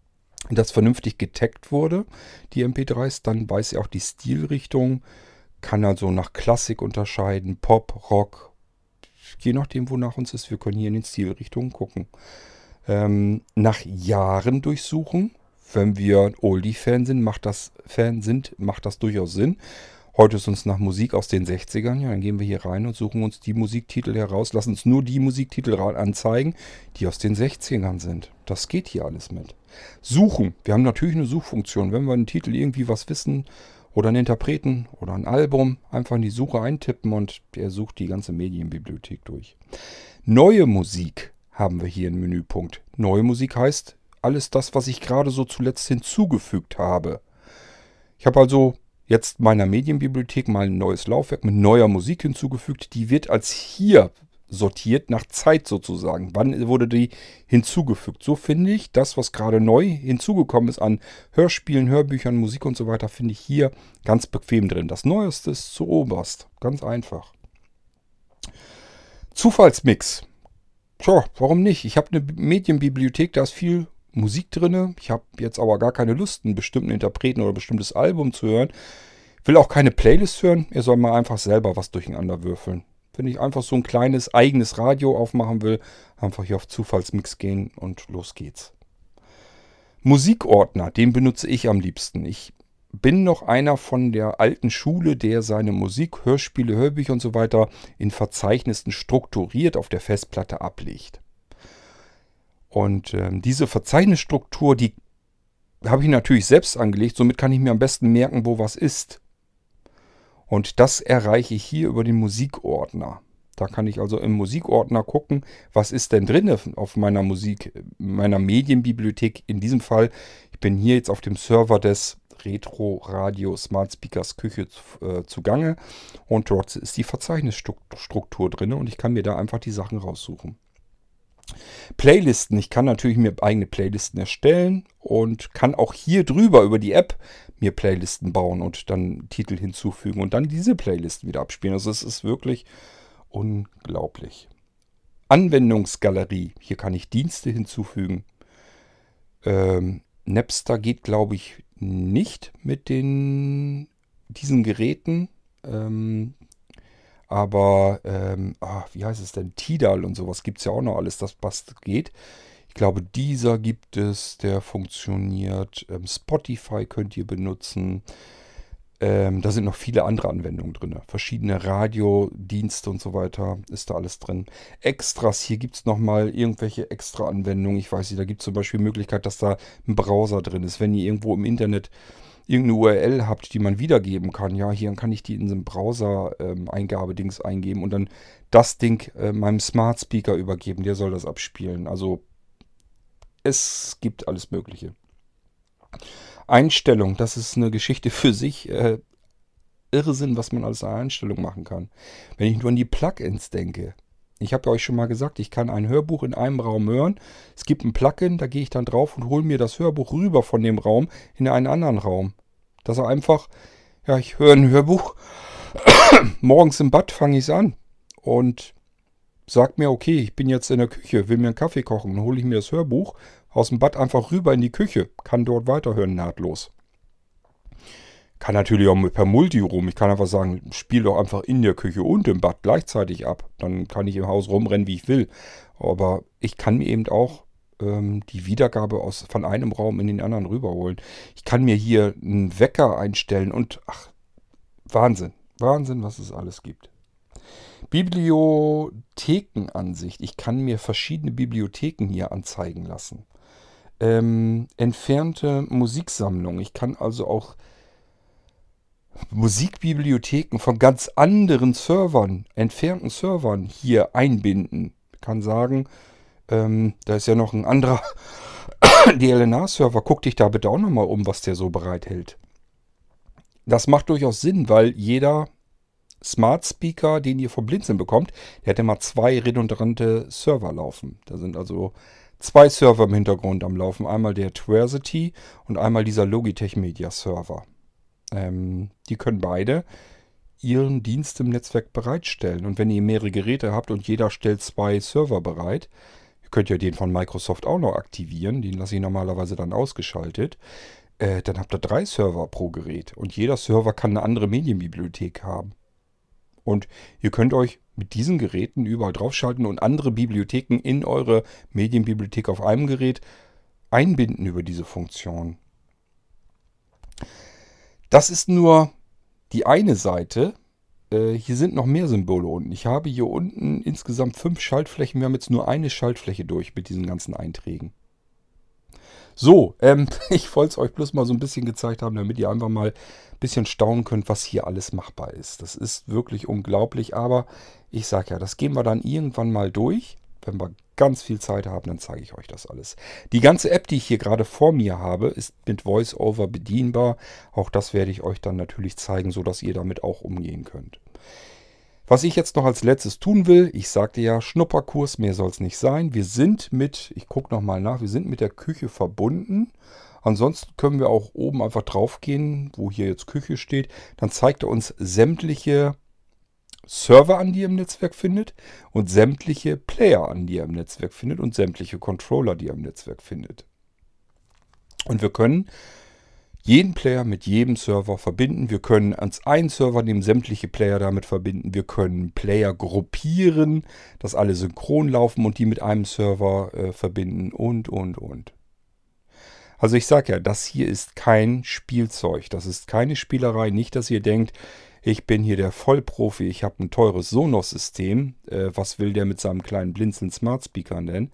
das vernünftig getaggt wurde, die M P dreis. Dann weiß er auch die Stilrichtung, kann also nach Klassik unterscheiden, Pop, Rock, je nachdem, wonach uns ist. Wir können hier in den Stilrichtungen gucken. Ähm, nach Jahren durchsuchen. Wenn wir Oldie-Fan sind, macht das Fan sind, macht das durchaus Sinn. Heute ist uns nach Musik aus den sechzigern. Ja, dann gehen wir hier rein und suchen uns die Musiktitel heraus. Lassen uns nur die Musiktitel anzeigen, die aus den sechzigern sind. Das geht hier alles mit. Suchen. Wir haben natürlich eine Suchfunktion. Wenn wir einen Titel irgendwie was wissen oder einen Interpreten oder ein Album, einfach in die Suche eintippen und er sucht die ganze Medienbibliothek durch. Neue Musik haben wir hier im Menüpunkt. Neue Musik heißt alles das, was ich gerade so zuletzt hinzugefügt habe. Ich habe also jetzt meiner Medienbibliothek mal ein neues Laufwerk mit neuer Musik hinzugefügt. Die wird als hier sortiert, nach Zeit sozusagen. Wann wurde die hinzugefügt? So finde ich, das, was gerade neu hinzugekommen ist an Hörspielen, Hörbüchern, Musik und so weiter, finde ich hier ganz bequem drin. Das Neueste ist zu oberst. Ganz einfach. Zufallsmix. Tja, warum nicht? Ich habe eine Medienbibliothek, da ist viel Musik drin. Ich habe jetzt aber gar keine Lust, einen bestimmten Interpreten oder ein bestimmtes Album zu hören. Will auch keine Playlist hören. Er soll mal einfach selber was durcheinander würfeln. Wenn ich einfach so ein kleines eigenes Radio aufmachen will, einfach hier auf Zufallsmix gehen und los geht's. Musikordner, den benutze ich am liebsten. Ich bin noch einer von der alten Schule, der seine Musik, Hörspiele, Hörbücher und so weiter in Verzeichnissen strukturiert auf der Festplatte ablegt. Und ähm, diese Verzeichnisstruktur, die habe ich natürlich selbst angelegt. Somit kann ich mir am besten merken, wo was ist. Und das erreiche ich hier über den Musikordner. Da kann ich also im Musikordner gucken, was ist denn drin auf meiner Musik, meiner Medienbibliothek. In diesem Fall, ich bin hier jetzt auf dem Server des Retro Radio Smart Speakers Küche äh, zugange. Und dort ist die Verzeichnisstruktur drin und ich kann mir da einfach die Sachen raussuchen. Playlisten. Ich kann natürlich mir eigene Playlisten erstellen und kann auch hier drüber über die App mir Playlisten bauen und dann Titel hinzufügen und dann diese Playlisten wieder abspielen. Also es ist wirklich unglaublich. Anwendungsgalerie. Hier kann ich Dienste hinzufügen. Ähm, Napster geht, glaube ich, nicht mit den, diesen Geräten. Ähm, Aber, ähm, ah, wie heißt es denn? Tidal und sowas gibt es ja auch noch alles, das passt, geht. Ich glaube, dieser gibt es, der funktioniert. Ähm, Spotify könnt ihr benutzen. Ähm, da sind noch viele andere Anwendungen drin. Verschiedene Radiodienste und so weiter ist da alles drin. Extras, hier gibt es nochmal irgendwelche Extra-Anwendungen. Ich weiß nicht, da gibt es zum Beispiel die Möglichkeit, dass da ein Browser drin ist. Wenn ihr irgendwo im Internet irgendeine U R L habt, die man wiedergeben kann, ja, hier kann ich die in so einem Browser-Eingabedings ähm, eingeben und dann das Ding äh, meinem Smart Speaker übergeben, der soll das abspielen. Also es gibt alles Mögliche. Einstellung, das ist eine Geschichte für sich. Äh, Irrsinn, was man alles an Einstellungen machen kann. Wenn ich nur an die Plugins denke. Ich habe ja euch schon mal gesagt, ich kann ein Hörbuch in einem Raum hören. Es gibt ein Plugin, da gehe ich dann drauf und hole mir das Hörbuch rüber von dem Raum in einen anderen Raum. Dass er einfach, ja, ich höre ein Hörbuch, morgens im Bad fange ich es an und sag mir, okay, ich bin jetzt in der Küche, will mir einen Kaffee kochen, dann hole ich mir das Hörbuch aus dem Bad einfach rüber in die Küche, kann dort weiterhören nahtlos. Kann natürlich auch per Multiroom. Ich kann einfach sagen, spiel doch einfach in der Küche und im Bad gleichzeitig ab. Dann kann ich im Haus rumrennen, wie ich will. Aber ich kann mir eben auch ähm, die Wiedergabe aus, von einem Raum in den anderen rüberholen. Ich kann mir hier einen Wecker einstellen und ach, Wahnsinn. Wahnsinn, was es alles gibt. Bibliothekenansicht. Ich kann mir verschiedene Bibliotheken hier anzeigen lassen. Ähm, entfernte Musiksammlung. Ich kann also auch Musikbibliotheken von ganz anderen Servern, entfernten Servern hier einbinden. Ich kann sagen, ähm, da ist ja noch ein anderer D L N A-Server. Guck dich da bitte auch nochmal um, was der so bereithält. Das macht durchaus Sinn, weil jeder Smart Speaker, den ihr vom Blinzeln bekommt, der hat immer zwei redundante Server laufen. Da sind also zwei Server im Hintergrund am Laufen. Einmal der Tversity und einmal dieser Logitech Media Server. Ähm, die können beide ihren Dienst im Netzwerk bereitstellen. Und wenn ihr mehrere Geräte habt und jeder stellt zwei Server bereit, Ihr könnt ja den von Microsoft auch noch aktivieren. Den lasse ich normalerweise dann ausgeschaltet. Äh, dann habt ihr drei Server pro Gerät. Und jeder Server kann eine andere Medienbibliothek haben. Und ihr könnt euch mit diesen Geräten überall draufschalten und andere Bibliotheken in eure Medienbibliothek auf einem Gerät einbinden über diese Funktion. Das ist nur die eine Seite. Äh, hier sind noch mehr Symbole unten. Ich habe hier unten insgesamt fünf Schaltflächen. Wir haben jetzt nur eine Schaltfläche durch mit diesen ganzen Einträgen. So, ähm, ich wollte es euch bloß mal so ein bisschen gezeigt haben, damit ihr einfach mal ein bisschen staunen könnt, was hier alles machbar ist. Das ist wirklich unglaublich, aber ich sage ja, das gehen wir dann irgendwann mal durch. Wenn wir ganz viel Zeit haben, dann zeige ich euch das alles. Die ganze App, die ich hier gerade vor mir habe, ist mit VoiceOver bedienbar. Auch das werde ich euch dann natürlich zeigen, sodass ihr damit auch umgehen könnt. Was ich jetzt noch als letztes tun will, ich sagte ja, Schnupperkurs, mehr soll es nicht sein. Wir sind mit, ich gucke nochmal nach, wir sind mit der Küche verbunden. Ansonsten können wir auch oben einfach drauf gehen, wo hier jetzt Küche steht. Dann zeigt er uns sämtliche Server an, die ihr im Netzwerk findet und sämtliche Player an, die ihr im Netzwerk findet und sämtliche Controller, die ihr im Netzwerk findet. Und wir können jeden Player mit jedem Server verbinden. Wir können ans einen Server nehmen, sämtliche Player damit verbinden. Wir können Player gruppieren, dass alle synchron laufen und die mit einem Server äh, verbinden und, und, und. Also ich sage ja, das hier ist kein Spielzeug. Das ist keine Spielerei. Nicht, dass ihr denkt, ich bin hier der Vollprofi, ich habe ein teures Sonos-System. Äh, was will der mit seinem kleinen Blinzeln Smart Speaker denn?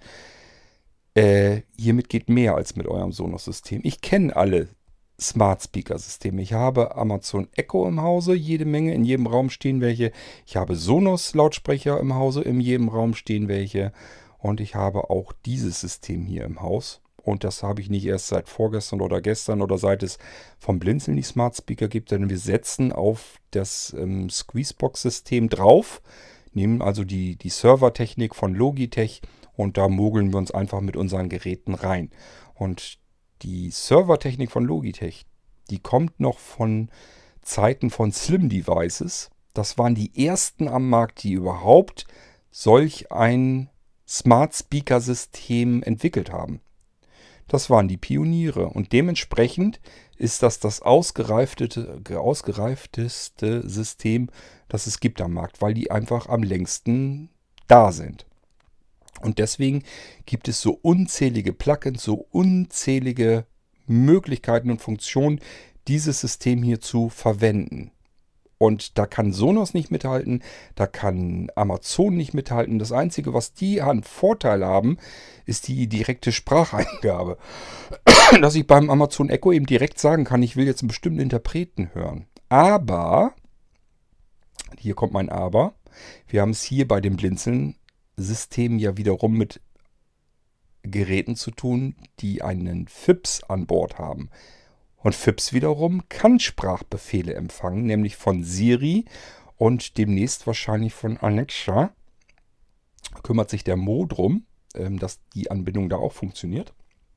Äh, hiermit geht mehr als mit eurem Sonos-System. Ich kenne alle Smart Speaker Systeme. Ich habe Amazon Echo im Hause, jede Menge, in jedem Raum stehen welche. Ich habe Sonos Lautsprecher im Hause, in jedem Raum stehen welche. Und ich habe auch dieses System hier im Haus. Und das habe ich nicht erst seit vorgestern oder gestern oder seit es vom Blinzeln die Smart Speaker gibt, denn wir setzen auf das ähm, Squeezebox-System drauf, nehmen also die, die Servertechnik von Logitech und da mogeln wir uns einfach mit unseren Geräten rein. Und die Servertechnik von Logitech, die kommt noch von Zeiten von Slim Devices. Das waren die ersten am Markt, die überhaupt solch ein Smart Speaker System entwickelt haben. Das waren die Pioniere und dementsprechend ist das das ausgereiftete, ausgereifteste System, das es gibt am Markt, weil die einfach am längsten da sind. Und deswegen gibt es so unzählige Plugins, so unzählige Möglichkeiten und Funktionen, dieses System hier zu verwenden. Und da kann Sonos nicht mithalten, da kann Amazon nicht mithalten. Das Einzige, was die an Vorteil haben, ist die direkte Spracheingabe. Dass ich beim Amazon Echo eben direkt sagen kann, ich will jetzt einen bestimmten Interpreten hören. Aber, hier kommt mein Aber, wir haben es hier bei dem Blinzeln-System ja wiederum mit Geräten zu tun, die einen F I P S an Bord haben. Und F I P S wiederum kann Sprachbefehle empfangen, nämlich von Siri und demnächst wahrscheinlich von Alexa. Kümmert sich der Mo drum, dass die Anbindung da auch funktioniert.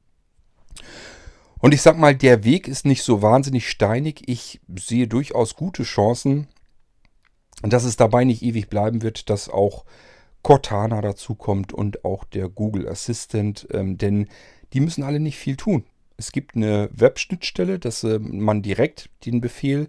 Und ich sag mal, der Weg ist nicht so wahnsinnig steinig. Ich sehe durchaus gute Chancen, dass es dabei nicht ewig bleiben wird, dass auch Cortana dazukommt und auch der Google Assistant, denn die müssen alle nicht viel tun. Es gibt eine Webschnittstelle, dass äh, man direkt den Befehl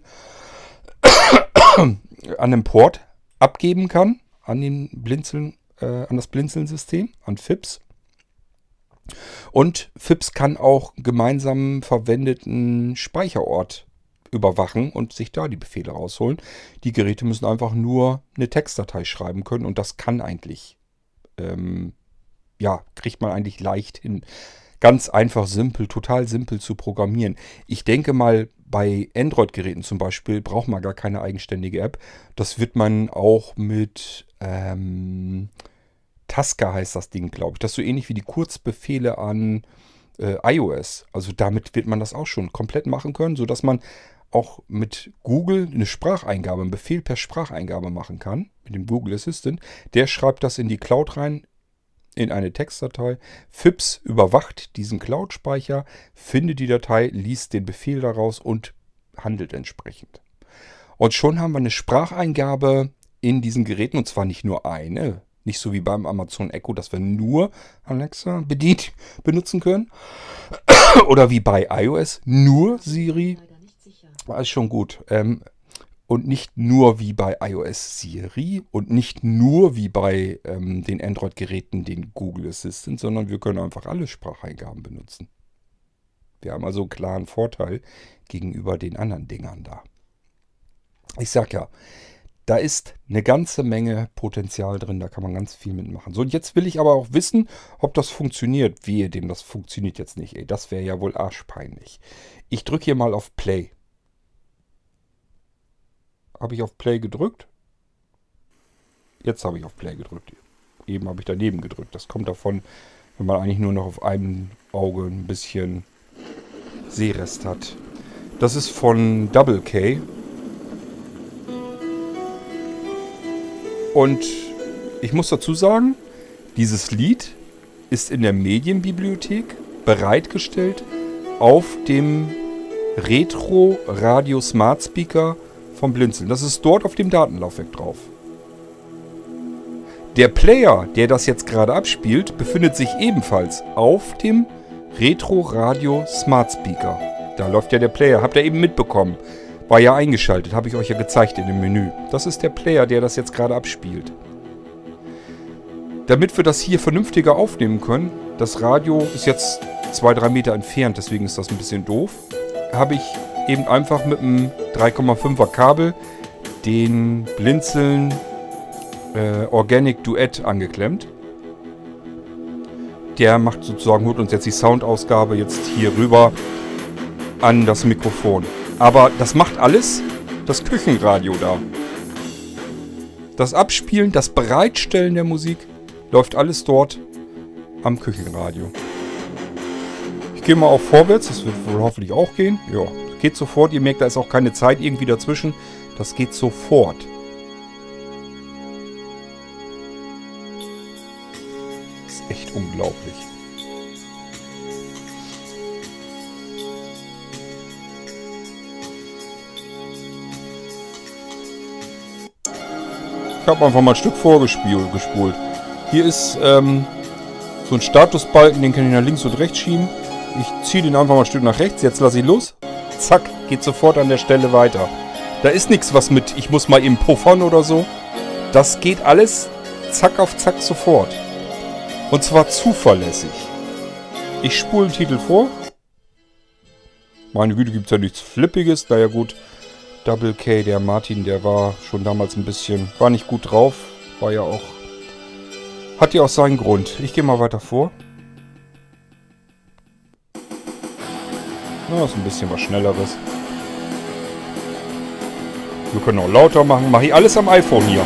an einem Port abgeben kann, an den Blinzeln, äh, an das Blinzeln-System, an F I P S. Und F I P S kann auch gemeinsam verwendeten Speicherort überwachen und sich da die Befehle rausholen. Die Geräte müssen einfach nur eine Textdatei schreiben können und das kann eigentlich, ähm, ja, kriegt man eigentlich leicht hin. Ganz einfach, simpel, total simpel zu programmieren. Ich denke mal, bei Android-Geräten zum Beispiel braucht man gar keine eigenständige App. Das wird man auch mit ähm, Tasker heißt das Ding, glaube ich. Das ist so ähnlich wie die Kurzbefehle an äh, iOS. Also damit wird man das auch schon komplett machen können, sodass man auch mit Google eine Spracheingabe, einen Befehl per Spracheingabe machen kann, mit dem Google Assistant. Der schreibt das in die Cloud rein, in eine Textdatei. F I P S überwacht diesen Cloud-Speicher, findet die Datei, liest den Befehl daraus und handelt entsprechend. Und schon haben wir eine Spracheingabe in diesen Geräten, und zwar nicht nur eine, Nicht so wie beim Amazon Echo, dass wir nur Alexa bedient benutzen können. Oder wie bei iOS nur Siri. Das ist schon gut. Ähm, und nicht nur wie bei iOS Siri und nicht nur wie bei ähm, den Android-Geräten den Google Assistant, sondern wir können einfach alle Spracheingaben benutzen. Wir haben also einen klaren Vorteil gegenüber den anderen Dingern da. Ich sag ja, da ist eine ganze Menge Potenzial drin, da kann man ganz viel mitmachen. So, und jetzt will ich aber auch wissen, ob das funktioniert. Wehe dem, das funktioniert jetzt nicht. Ey, das wäre ja wohl arschpeinlich. Ich drücke hier mal auf Play. Habe ich auf Play gedrückt? Jetzt habe ich auf Play gedrückt. Eben habe ich daneben gedrückt. Das kommt davon, wenn man eigentlich nur noch auf einem Auge ein bisschen Sehrest hat. Das ist von Double K. Und ich muss dazu sagen, dieses Lied ist in der Medienbibliothek bereitgestellt auf dem Retro Radio Smart Speaker vom Blinzeln. Das ist dort auf dem Datenlaufwerk drauf. Der Player, der das jetzt gerade abspielt, befindet sich ebenfalls auf dem Retro Radio Smart Speaker. Da läuft ja der Player. Habt ihr eben mitbekommen. War ja eingeschaltet. Habe ich euch ja gezeigt in dem Menü. Das ist der Player, der das jetzt gerade abspielt. Damit wir das hier vernünftiger aufnehmen können, das Radio ist jetzt zwei bis drei Meter entfernt, deswegen ist das ein bisschen doof, habe ich eben einfach mit einem drei Komma fünfer Kabel den Blinzeln äh, Organic Duett angeklemmt. Der macht sozusagen, holt uns jetzt die Soundausgabe jetzt hier rüber an das Mikrofon. Aber das macht alles das Küchenradio da. Das Abspielen, das Bereitstellen der Musik läuft alles dort am Küchenradio. Ich gehe mal auf vorwärts, das wird wohl hoffentlich auch gehen. Ja, geht sofort. Ihr merkt, da ist auch keine Zeit irgendwie dazwischen. Das geht sofort. Das ist echt unglaublich. Ich habe einfach mal ein Stück vorgespult. Hier ist ähm, so ein Statusbalken, den kann ich nach links und rechts schieben. Ich ziehe den einfach mal ein Stück nach rechts. Jetzt lasse ich los. Zack, geht sofort an der Stelle weiter. Da ist nichts was mit, ich muss mal eben puffern oder so. Das geht alles zack auf zack sofort. Und zwar zuverlässig. Ich spule den Titel vor. Meine Güte, gibt es ja nichts Flippiges. Naja gut, Double K, der Martin, der war schon damals ein bisschen, war nicht gut drauf. War ja auch, hat ja auch seinen Grund. Ich gehe mal weiter vor. Na, das ist ein bisschen was Schnelleres. Wir können auch lauter machen. Mache ich alles am iPhone hier.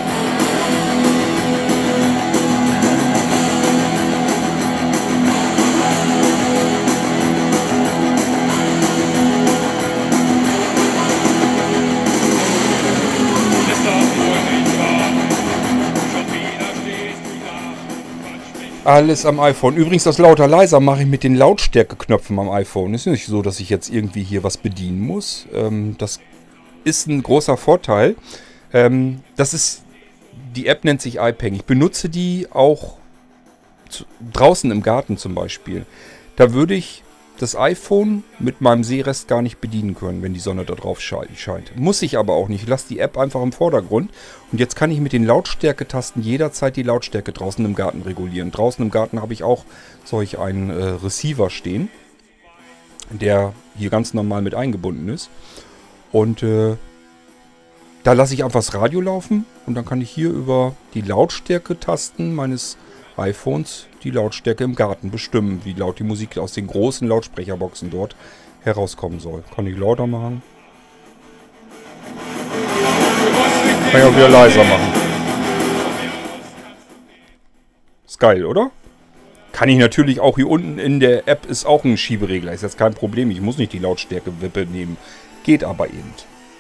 Alles am iPhone. Übrigens, das lauter leiser mache ich mit den Lautstärkeknöpfen am iPhone. Ist nicht so, dass ich jetzt irgendwie hier was bedienen muss. Ähm, das ist ein großer Vorteil. Ähm, das ist, die App nennt sich iPeng. Ich benutze die auch zu, draußen im Garten zum Beispiel. Da würde ich das iPhone mit meinem Sehrest gar nicht bedienen können, wenn die Sonne da drauf scheint. Muss ich aber auch nicht. Ich lasse die App einfach im Vordergrund. Und jetzt kann ich mit den Lautstärketasten jederzeit die Lautstärke draußen im Garten regulieren. Draußen im Garten habe ich auch solch einen äh, Receiver stehen, der hier ganz normal mit eingebunden ist. Und äh, da lasse ich einfach das Radio laufen und dann kann ich hier über die Lautstärketasten meines iPhones die Lautstärke im Garten bestimmen, wie laut die Musik aus den großen Lautsprecherboxen dort herauskommen soll. Kann ich lauter machen. Kann ich auch wieder leiser machen. Ist geil, oder? Kann ich natürlich auch hier unten in der App, ist auch ein Schieberegler. Ist jetzt kein Problem. Ich muss nicht die Lautstärke-Wippe nehmen. Geht aber eben.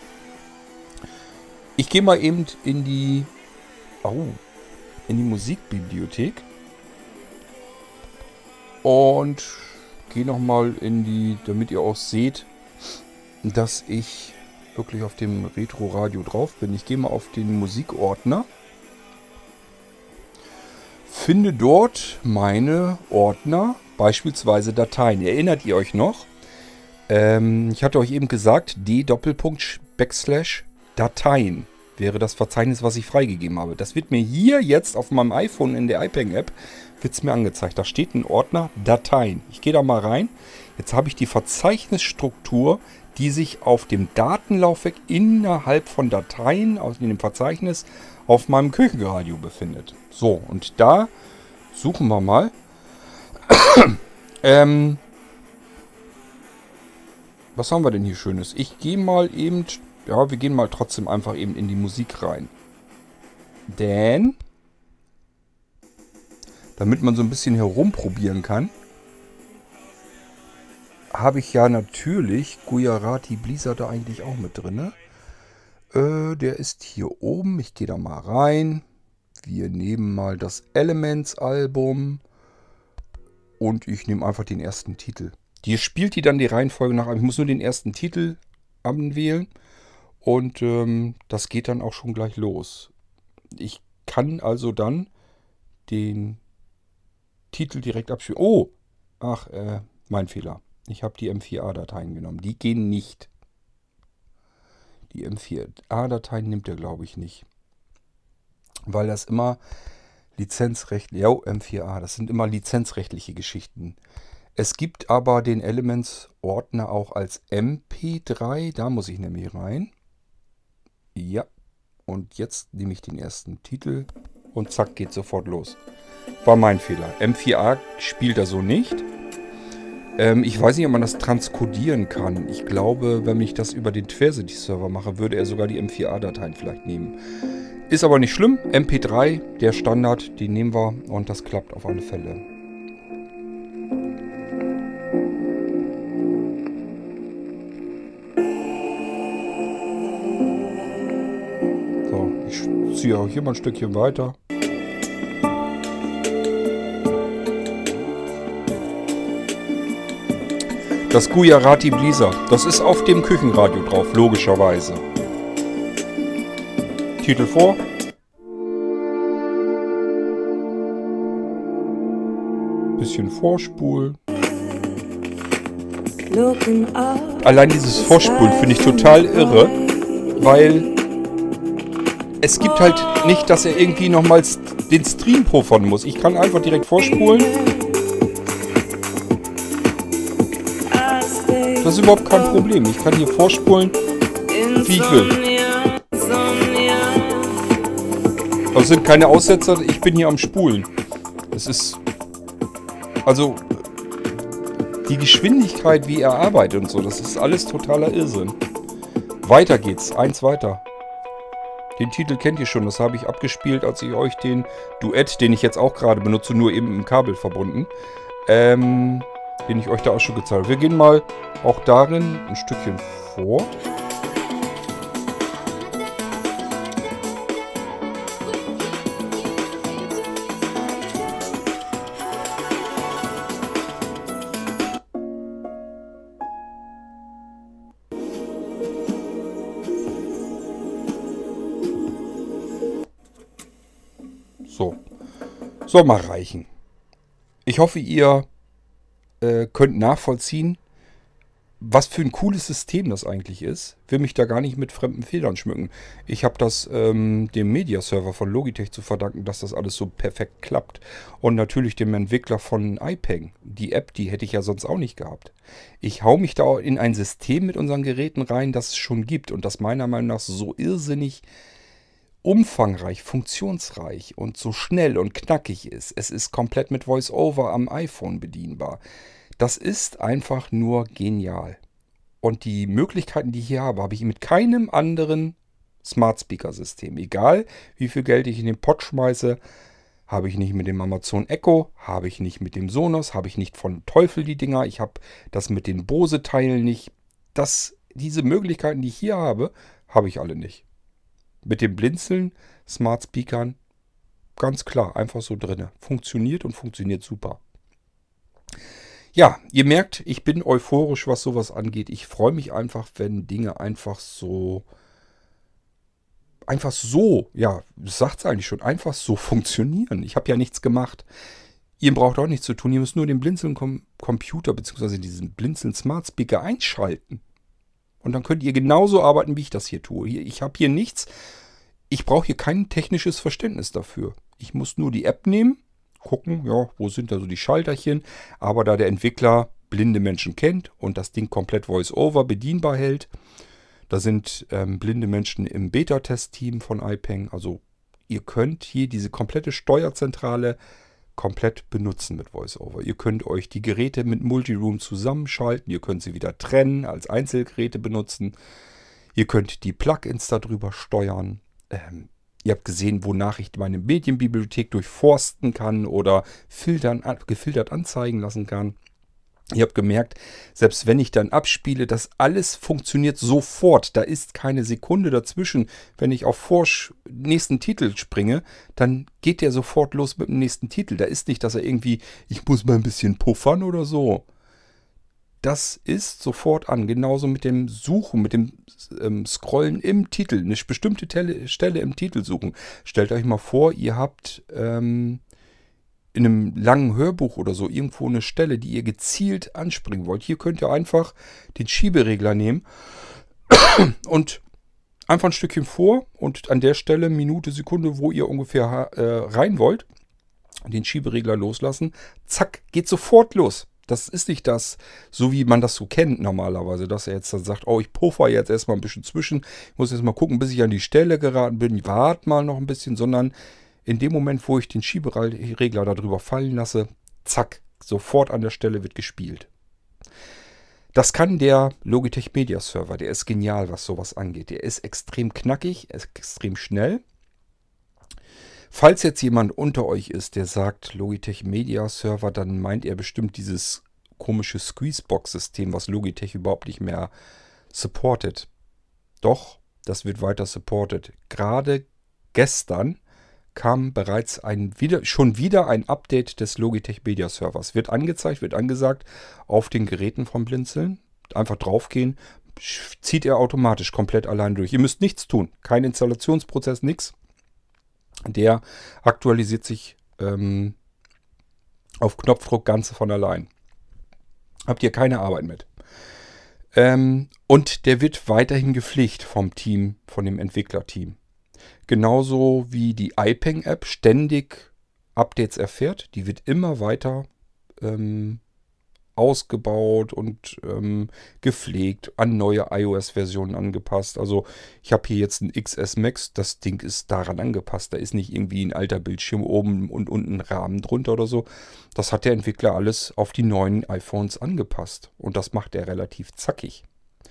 Ich gehe mal eben in die, oh, in die Musikbibliothek. Und gehe nochmal in die, damit ihr auch seht, dass ich wirklich auf dem Retro-Radio drauf bin. Ich gehe mal auf den Musikordner. finde dort meine Ordner, beispielsweise Dateien. Erinnert ihr euch noch? Ähm, ich hatte euch eben gesagt, d Doppelpunkt Backslash Dateien wäre das Verzeichnis, was ich freigegeben habe. Das wird mir hier jetzt auf meinem iPhone in der iPeng-App wird es mir angezeigt. Da steht ein Ordner Dateien. Ich gehe da mal rein. Jetzt habe ich die Verzeichnisstruktur, die sich auf dem Datenlaufwerk innerhalb von Dateien aus dem Verzeichnis auf meinem Küchenradio befindet. So, und da suchen wir mal. ähm, was haben wir denn hier Schönes? Ich gehe mal eben, ja, wir gehen mal trotzdem einfach eben in die Musik rein. Denn, damit man so ein bisschen herumprobieren kann, habe ich ja natürlich Gujarati Blizzard da eigentlich auch mit drin. Äh, der ist hier oben. Ich gehe da mal rein. Wir nehmen mal das Elements-Album. Und ich nehme einfach den ersten Titel. Die spielt die dann die Reihenfolge nach. Ich muss nur den ersten Titel anwählen. Und ähm, das geht dann auch schon gleich los. Ich kann also dann den Titel direkt abspielen. Oh! Ach, äh, mein Fehler. Ich habe die M vier A-Dateien genommen. Die gehen nicht. Die M vier A-Dateien nimmt er, glaube ich, nicht. Weil das immer lizenzrechtlich... Ja, M vier A, das sind immer lizenzrechtliche Geschichten. Es gibt aber den Elements-Ordner auch als M P drei. Da muss ich nämlich rein. Ja. Und jetzt nehme ich den ersten Titel und zack, geht sofort los. War mein Fehler. M vier A spielt er so nicht. Ähm, ich weiß nicht, ob man das transkodieren kann. Ich glaube, wenn ich das über den Tversity-Server mache, würde er sogar die M vier A-Dateien vielleicht nehmen. Ist aber nicht schlimm. M P drei, der Standard, den nehmen wir und das klappt auf alle Fälle. So, ich ziehe auch hier mal ein Stückchen weiter. Das Gujarati Blizzard, das ist auf dem Küchenradio drauf, logischerweise. Titel vor. Bisschen vorspulen. Allein dieses Vorspulen finde ich total irre, weil es gibt halt nicht, dass er irgendwie nochmals den Stream puffern muss. Ich kann einfach direkt vorspulen. Das ist überhaupt kein Problem. Ich kann hier vorspulen, wie ich will. Das sind keine Aussetzer, ich bin hier am Spulen. Es ist... Also... Die Geschwindigkeit, wie er arbeitet und so, das ist alles totaler Irrsinn. Weiter geht's. Eins weiter. Den Titel kennt ihr schon. Das habe ich abgespielt, als ich euch den Duett, den ich jetzt auch gerade benutze, nur eben im Kabel verbunden, ähm... den ich euch da auch schon gezeigt habe. Wir gehen mal auch darin ein Stückchen vor. So. Soll mal reichen. Ich hoffe, ihr könnt nachvollziehen, was für ein cooles System das eigentlich ist. Will mich da gar nicht mit fremden Federn schmücken. Ich habe das ähm, dem Media-Server von Logitech zu verdanken, dass das alles so perfekt klappt. Und natürlich dem Entwickler von iPeng. Die App, die hätte ich ja sonst auch nicht gehabt. Ich hau mich da in ein System mit unseren Geräten rein, das es schon gibt und das meiner Meinung nach so irrsinnig umfangreich, funktionsreich und so schnell und knackig ist. Es ist komplett mit Voice-Over am iPhone bedienbar. Das ist einfach nur genial. Und die Möglichkeiten, die ich hier habe, habe ich mit keinem anderen Smart Speaker System. Egal, wie viel Geld ich in den Pott schmeiße, habe ich nicht mit dem Amazon Echo, habe ich nicht mit dem Sonos, habe ich nicht von Teufel die Dinger, ich habe das mit den Bose-Teilen nicht. Das, diese Möglichkeiten, die ich hier habe, habe ich alle nicht. Mit dem Blinzeln, Smart Speakern, ganz klar, einfach so drin. Funktioniert und funktioniert super. Ja, ihr merkt, ich bin euphorisch, was sowas angeht. Ich freue mich einfach, wenn Dinge einfach so einfach so, ja, das sagt es eigentlich schon, einfach so funktionieren. Ich habe ja nichts gemacht. Ihr braucht auch nichts zu tun. Ihr müsst nur den Blinzeln-Computer bzw. diesen Blinzeln Smart Speaker einschalten. Und dann könnt ihr genauso arbeiten, wie ich das hier tue. Ich habe hier nichts. Ich brauche hier kein technisches Verständnis dafür. Ich muss nur die App nehmen, gucken, ja, wo sind da so die Schalterchen. Aber da der Entwickler blinde Menschen kennt und das Ding komplett Voice-Over bedienbar hält, da sind ähm, blinde Menschen im Beta-Test-Team von iPeng. Also ihr könnt hier diese komplette Steuerzentrale komplett benutzen mit VoiceOver. Ihr könnt euch die Geräte mit Multiroom zusammenschalten. Ihr könnt sie wieder trennen, als Einzelgeräte benutzen. Ihr könnt die Plugins darüber steuern. Ähm, ihr habt gesehen, wonach ich meine Medienbibliothek durchforsten kann oder filtern, gefiltert anzeigen lassen kann. Ihr habt gemerkt, selbst wenn ich dann abspiele, das alles funktioniert sofort. Da ist keine Sekunde dazwischen. Wenn ich auf vor nächsten Titel springe, dann geht der sofort los mit dem nächsten Titel. Da ist nicht, dass er irgendwie, ich muss mal ein bisschen puffern oder so. Das ist sofort an. Genauso mit dem Suchen, mit dem ähm, Scrollen im Titel. Eine bestimmte Tele Stelle im Titel suchen. Stellt euch mal vor, ihr habt Ähm, in einem langen Hörbuch oder so irgendwo eine Stelle, die ihr gezielt anspringen wollt. Hier könnt ihr einfach den Schieberegler nehmen und einfach ein Stückchen vor und an der Stelle, Minute, Sekunde, wo ihr ungefähr äh, rein wollt, den Schieberegler loslassen. Zack, geht sofort los. Das ist nicht das, so wie man das so kennt normalerweise, dass er jetzt dann sagt, oh, ich puffer jetzt erstmal ein bisschen zwischen, ich muss jetzt mal gucken, bis ich an die Stelle geraten bin, warte mal noch ein bisschen, sondern in dem Moment, wo ich den Schieberegler darüber fallen lasse, zack, sofort an der Stelle wird gespielt. Das kann der Logitech Media Server, der ist genial, was sowas angeht. Der ist extrem knackig, extrem schnell. Falls jetzt jemand unter euch ist, der sagt Logitech Media Server, dann meint er bestimmt dieses komische Squeezebox-System, was Logitech überhaupt nicht mehr supportet. Doch, das wird weiter supportet. Gerade gestern kam bereits ein wieder, schon wieder ein Update des Logitech Media Servers. Wird angezeigt, wird angesagt auf den Geräten vom Blinzeln. Einfach draufgehen, zieht er automatisch komplett allein durch. Ihr müsst nichts tun. Kein Installationsprozess, nichts. Der aktualisiert sich ähm, auf Knopfdruck ganz von allein. Habt ihr keine Arbeit mit. Ähm, und der wird weiterhin gepflegt vom Team, von dem Entwicklerteam. Genauso wie die iPeng-App ständig Updates erfährt. Die wird immer weiter ähm, ausgebaut und ähm, gepflegt, an neue iOS-Versionen angepasst. Also ich habe hier jetzt ein X S Max, das Ding ist daran angepasst. Da ist nicht irgendwie ein alter Bildschirm oben und unten ein Rahmen drunter oder so. Das hat der Entwickler alles auf die neuen iPhones angepasst. Und das macht er relativ zackig.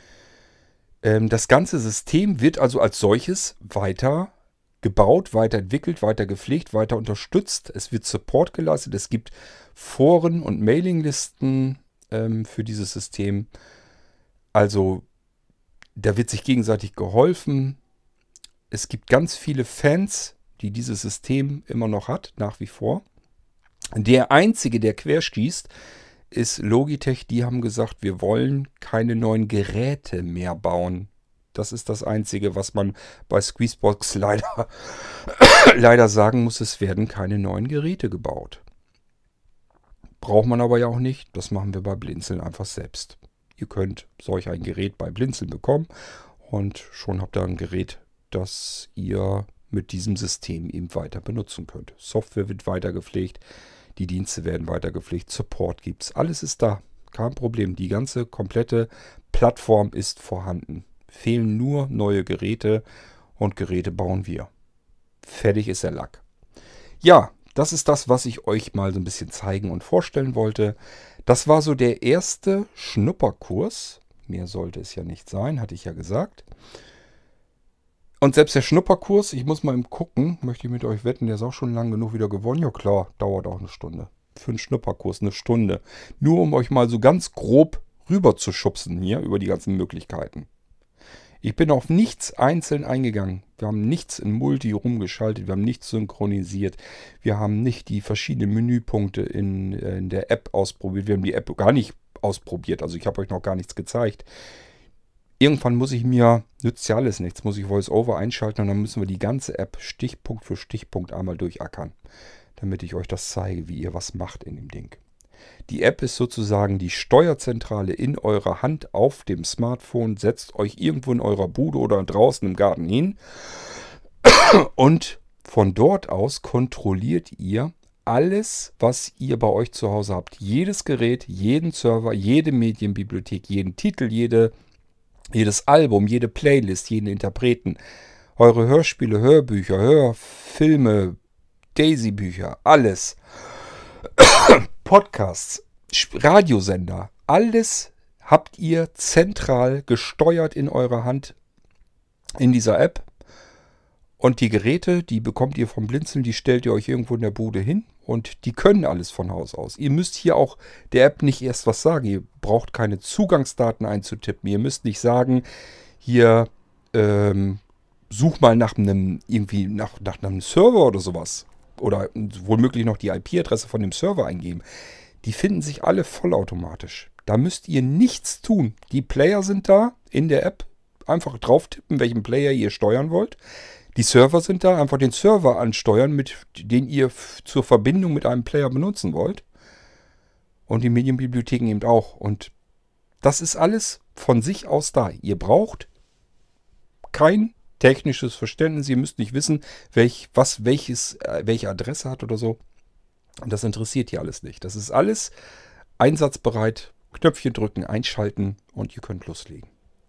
Ähm, das ganze System wird also als solches weiter gebaut, weiterentwickelt, weiter gepflegt, weiter unterstützt. Es wird Support geleistet. Es gibt Foren und Mailinglisten ähm, für dieses System. Also da wird sich gegenseitig geholfen. Es gibt ganz viele Fans, die dieses System immer noch hat, nach wie vor. Der einzige, der querschießt, ist Logitech. Die haben gesagt, wir wollen keine neuen Geräte mehr bauen. Das ist das Einzige, was man bei Squeezebox leider, leider sagen muss. Es werden keine neuen Geräte gebaut. Braucht man aber ja auch nicht. Das machen wir bei Blinzeln einfach selbst. Ihr könnt solch ein Gerät bei Blinzeln bekommen und schon habt ihr ein Gerät, das ihr mit diesem System eben weiter benutzen könnt. Software wird weiter gepflegt, die Dienste werden weiter gepflegt, Support gibt es. Alles ist da, kein Problem. Die ganze komplette Plattform ist vorhanden. Fehlen nur neue Geräte und Geräte bauen wir. Fertig ist der Lack. Ja, das ist das, was ich euch mal so ein bisschen zeigen und vorstellen wollte. Das war so der erste Schnupperkurs. Mehr sollte es ja nicht sein, hatte ich ja gesagt. Und selbst der Schnupperkurs, ich muss mal eben gucken, möchte ich mit euch wetten, der ist auch schon lang genug wieder gewonnen. Ja klar, dauert auch eine Stunde. Für einen Schnupperkurs eine Stunde. Nur um euch mal so ganz grob rüber zu schubsen hier über die ganzen Möglichkeiten. Ich bin auf nichts einzeln eingegangen. Wir haben nichts in Multi rumgeschaltet, wir haben nichts synchronisiert. Wir haben nicht die verschiedenen Menüpunkte in, in der App ausprobiert. Wir haben die App gar nicht ausprobiert, also ich habe euch noch gar nichts gezeigt. irgendwann muss ich mir, nützt ja alles nichts, muss ich VoiceOver einschalten und dann müssen wir die ganze App Stichpunkt für Stichpunkt einmal durchackern, damit ich euch das zeige, wie ihr was macht in dem Ding. Die App ist sozusagen die Steuerzentrale in eurer Hand auf dem Smartphone, setzt euch irgendwo in eurer Bude oder draußen im Garten hin und von dort aus kontrolliert ihr alles, was ihr bei euch zu Hause habt. Jedes Gerät, jeden Server, jede Medienbibliothek, jeden Titel, jede, jedes Album, jede Playlist, jeden Interpreten, eure Hörspiele, Hörbücher, Hörfilme, Daisy-Bücher, alles. Podcasts, Radiosender, alles habt ihr zentral gesteuert in eurer Hand in dieser App. Und die Geräte, die bekommt ihr vom Blinzeln, die stellt ihr euch irgendwo in der Bude hin und die können alles von Haus aus. Ihr müsst hier auch der App nicht erst was sagen. Ihr braucht keine Zugangsdaten einzutippen. Ihr müsst nicht sagen, hier ähm, such mal nach einem irgendwie nach, nach einem Server oder sowas. Oder womöglich noch die I P-Adresse von dem Server eingeben. Die finden sich alle vollautomatisch. Da müsst ihr nichts tun. Die Player sind da in der App. Einfach drauf tippen, welchen Player ihr steuern wollt. Die Server sind da. Einfach den Server ansteuern, mit den ihr f- zur Verbindung mit einem Player benutzen wollt. Und die Medienbibliotheken eben auch. Und das ist alles von sich aus da. Ihr braucht kein technisches Verständnis. Ihr müsst nicht wissen, welch, was welches, äh, welche Adresse hat oder so. Und das interessiert hier alles nicht. Das ist alles einsatzbereit. Knöpfchen drücken, einschalten und ihr könnt loslegen.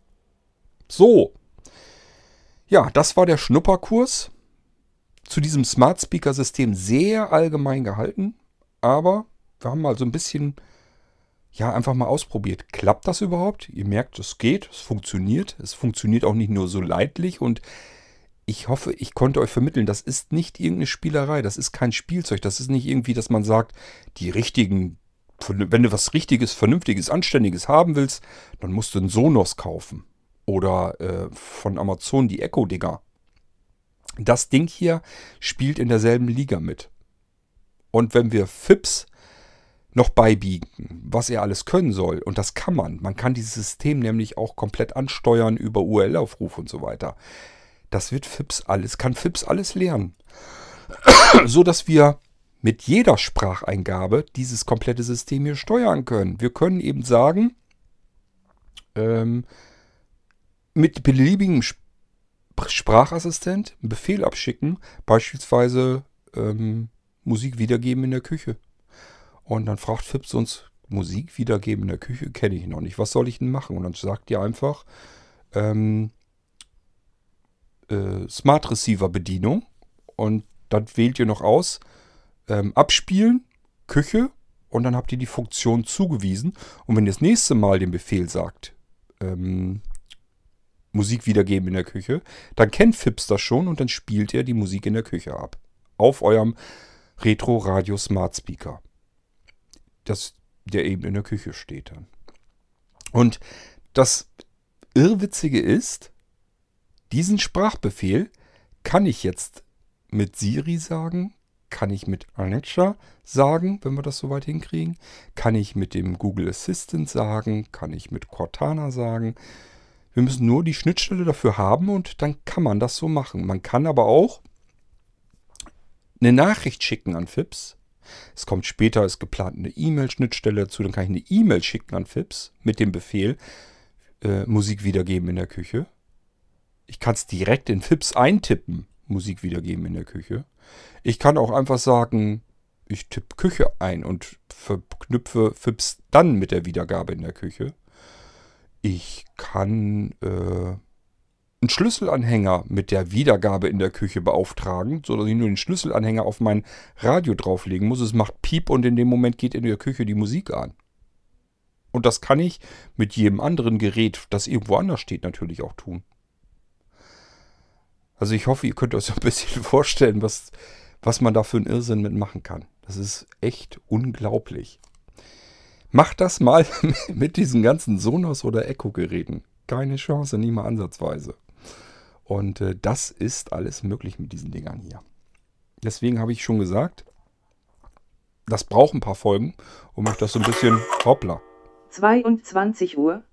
So. Ja, das war der Schnupperkurs zu diesem Smart Speaker System. Sehr allgemein gehalten. Aber wir haben mal so ein bisschen, ja, einfach mal ausprobiert. Klappt das überhaupt? Ihr merkt, es geht, es funktioniert. Es funktioniert auch nicht nur so leidlich und ich hoffe, ich konnte euch vermitteln, das ist nicht irgendeine Spielerei, das ist kein Spielzeug, das ist nicht irgendwie, dass man sagt, die richtigen, wenn du was Richtiges, Vernünftiges, Anständiges haben willst, dann musst du einen Sonos kaufen. Oder äh, von Amazon die Echo-Dinger. Das Ding hier spielt in derselben Liga mit. Und wenn wir Fips noch beibiegen, was er alles können soll, und das kann man, man kann dieses System nämlich auch komplett ansteuern über U R L-Aufruf und so weiter. Das wird Fips alles, kann Fips alles lernen. So dass wir mit jeder Spracheingabe dieses komplette System hier steuern können. Wir können eben sagen, ähm, mit beliebigem Sp- Sprachassistent einen Befehl abschicken, beispielsweise ähm, Musik wiedergeben in der Küche. Und dann fragt Fips uns, Musik wiedergeben in der Küche, kenne ich noch nicht. Was soll ich denn machen? Und dann sagt ihr einfach, ähm, äh, Smart Receiver Bedienung. Und dann wählt ihr noch aus, ähm, abspielen, Küche. Und dann habt ihr die Funktion zugewiesen. Und wenn ihr das nächste Mal den Befehl sagt, ähm, Musik wiedergeben in der Küche, dann kennt Fips das schon und dann spielt er die Musik in der Küche ab. Auf eurem Retro Radio Smart Speaker. Das, der eben in der Küche steht dann. Und das Irrwitzige ist, diesen Sprachbefehl kann ich jetzt mit Siri sagen, kann ich mit Alexa sagen, wenn wir das soweit hinkriegen, kann ich mit dem Google Assistant sagen, kann ich mit Cortana sagen. Wir müssen nur die Schnittstelle dafür haben und dann kann man das so machen. Man kann aber auch eine Nachricht schicken an Fips. Es kommt später, ist geplant eine E-Mail-Schnittstelle dazu. Dann kann ich eine E-Mail schicken an Fips mit dem Befehl äh, Musik wiedergeben in der Küche. Ich kann es direkt in Fips eintippen, Musik wiedergeben in der Küche. Ich kann auch einfach sagen, ich tippe Küche ein und verknüpfe Fips dann mit der Wiedergabe in der Küche. Ich kann äh, einen Schlüsselanhänger mit der Wiedergabe in der Küche beauftragen, sodass ich nur den Schlüsselanhänger auf mein Radio drauflegen muss. Es macht Piep und in dem Moment geht in der Küche die Musik an. Und das kann ich mit jedem anderen Gerät, das irgendwo anders steht, natürlich auch tun. Also ich hoffe, ihr könnt euch so ein bisschen vorstellen, was, was man da für einen Irrsinn mitmachen kann. Das ist echt unglaublich. Macht das mal mit diesen ganzen Sonos- oder Echo-Geräten. Keine Chance, nie mal ansatzweise. Und äh, das ist alles möglich mit diesen Dingern hier. Deswegen habe ich schon gesagt, das braucht ein paar Folgen, um euch das so ein bisschen, hoppla. zweiundzwanzig Uhr.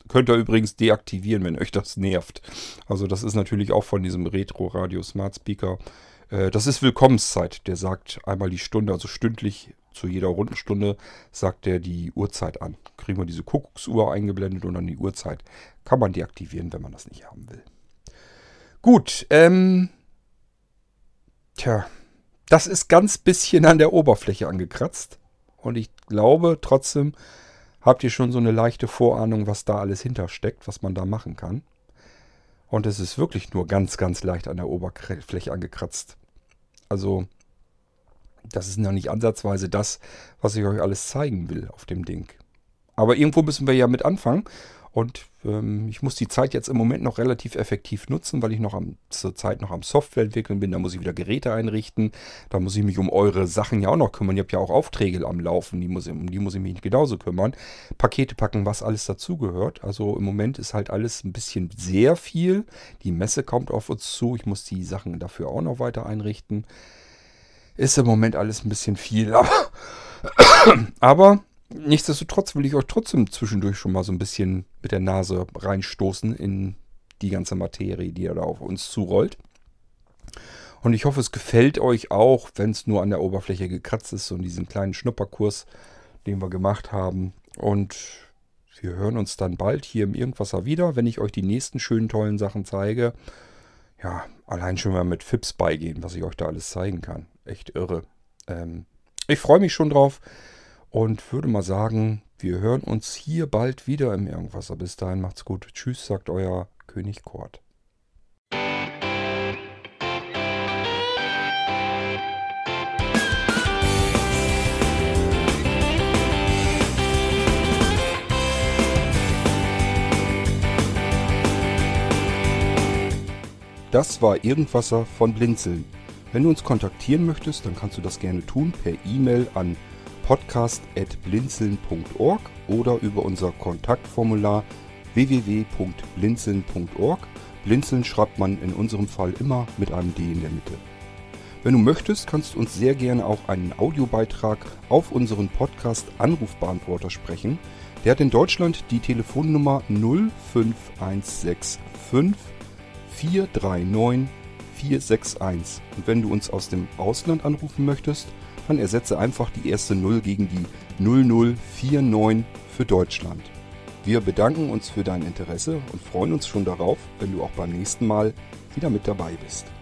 Könnt ihr übrigens deaktivieren, wenn euch das nervt. Also das ist natürlich auch von diesem Retro Radio Smart Speaker. Äh, das ist Willkommenszeit. Der sagt einmal die Stunde, also stündlich zu jeder Rundenstunde sagt der die Uhrzeit an. Kriegen wir diese Kuckucksuhr eingeblendet und dann die Uhrzeit. Kann man deaktivieren, wenn man das nicht haben will. Gut, ähm... Tja, das ist ganz bisschen an der Oberfläche angekratzt. Und ich glaube, trotzdem habt ihr schon so eine leichte Vorahnung, was da alles hintersteckt, was man da machen kann. Und es ist wirklich nur ganz, ganz leicht an der Oberfläche angekratzt. Also, das ist noch nicht ansatzweise das, was ich euch alles zeigen will auf dem Ding. Aber irgendwo müssen wir ja mit anfangen. Und ähm, ich muss die Zeit jetzt im Moment noch relativ effektiv nutzen, weil ich noch am, zur Zeit noch am Software entwickeln bin. Da muss ich wieder Geräte einrichten. Da muss ich mich um eure Sachen ja auch noch kümmern. Ihr habt ja auch Aufträge am Laufen, die muss, um die muss ich mich genauso kümmern. Pakete packen, was alles dazugehört. Also im Moment ist halt alles ein bisschen sehr viel. Die Messe kommt auf uns zu. Ich muss die Sachen dafür auch noch weiter einrichten. Ist im Moment alles ein bisschen viel. Aber, aber nichtsdestotrotz will ich euch trotzdem zwischendurch schon mal so ein bisschen mit der Nase reinstoßen in die ganze Materie, die da auf uns zurollt. Und ich hoffe, es gefällt euch auch, wenn es nur an der Oberfläche gekratzt ist, so in diesem kleinen Schnupperkurs, den wir gemacht haben. Und wir hören uns dann bald hier im Irgendwasser wieder, wenn ich euch die nächsten schönen, tollen Sachen zeige. Ja, allein schon mal mit Fips beigehen, was ich euch da alles zeigen kann. Echt irre. Ähm, ich freue mich schon drauf. Und würde mal sagen, wir hören uns hier bald wieder im Irgendwasser. Bis dahin macht's gut. Tschüss, sagt euer König Kort. Das war Irgendwasser von Blinzeln. Wenn du uns kontaktieren möchtest, dann kannst du das gerne tun per E-Mail an podcast at blinzeln punkt org oder über unser Kontaktformular w w w punkt blinzeln punkt org. Blinzeln schreibt man in unserem Fall immer mit einem D in der Mitte. Wenn du möchtest, kannst du uns sehr gerne auch einen Audiobeitrag auf unseren Podcast Anrufbeantworter sprechen. Der hat in Deutschland die Telefonnummer null fünf eins sechs fünf vier drei neun vier sechs eins. Und wenn du uns aus dem Ausland anrufen möchtest, dann ersetze einfach die erste null gegen die null null vier neun für Deutschland. Wir bedanken uns für dein Interesse und freuen uns schon darauf, wenn du auch beim nächsten Mal wieder mit dabei bist.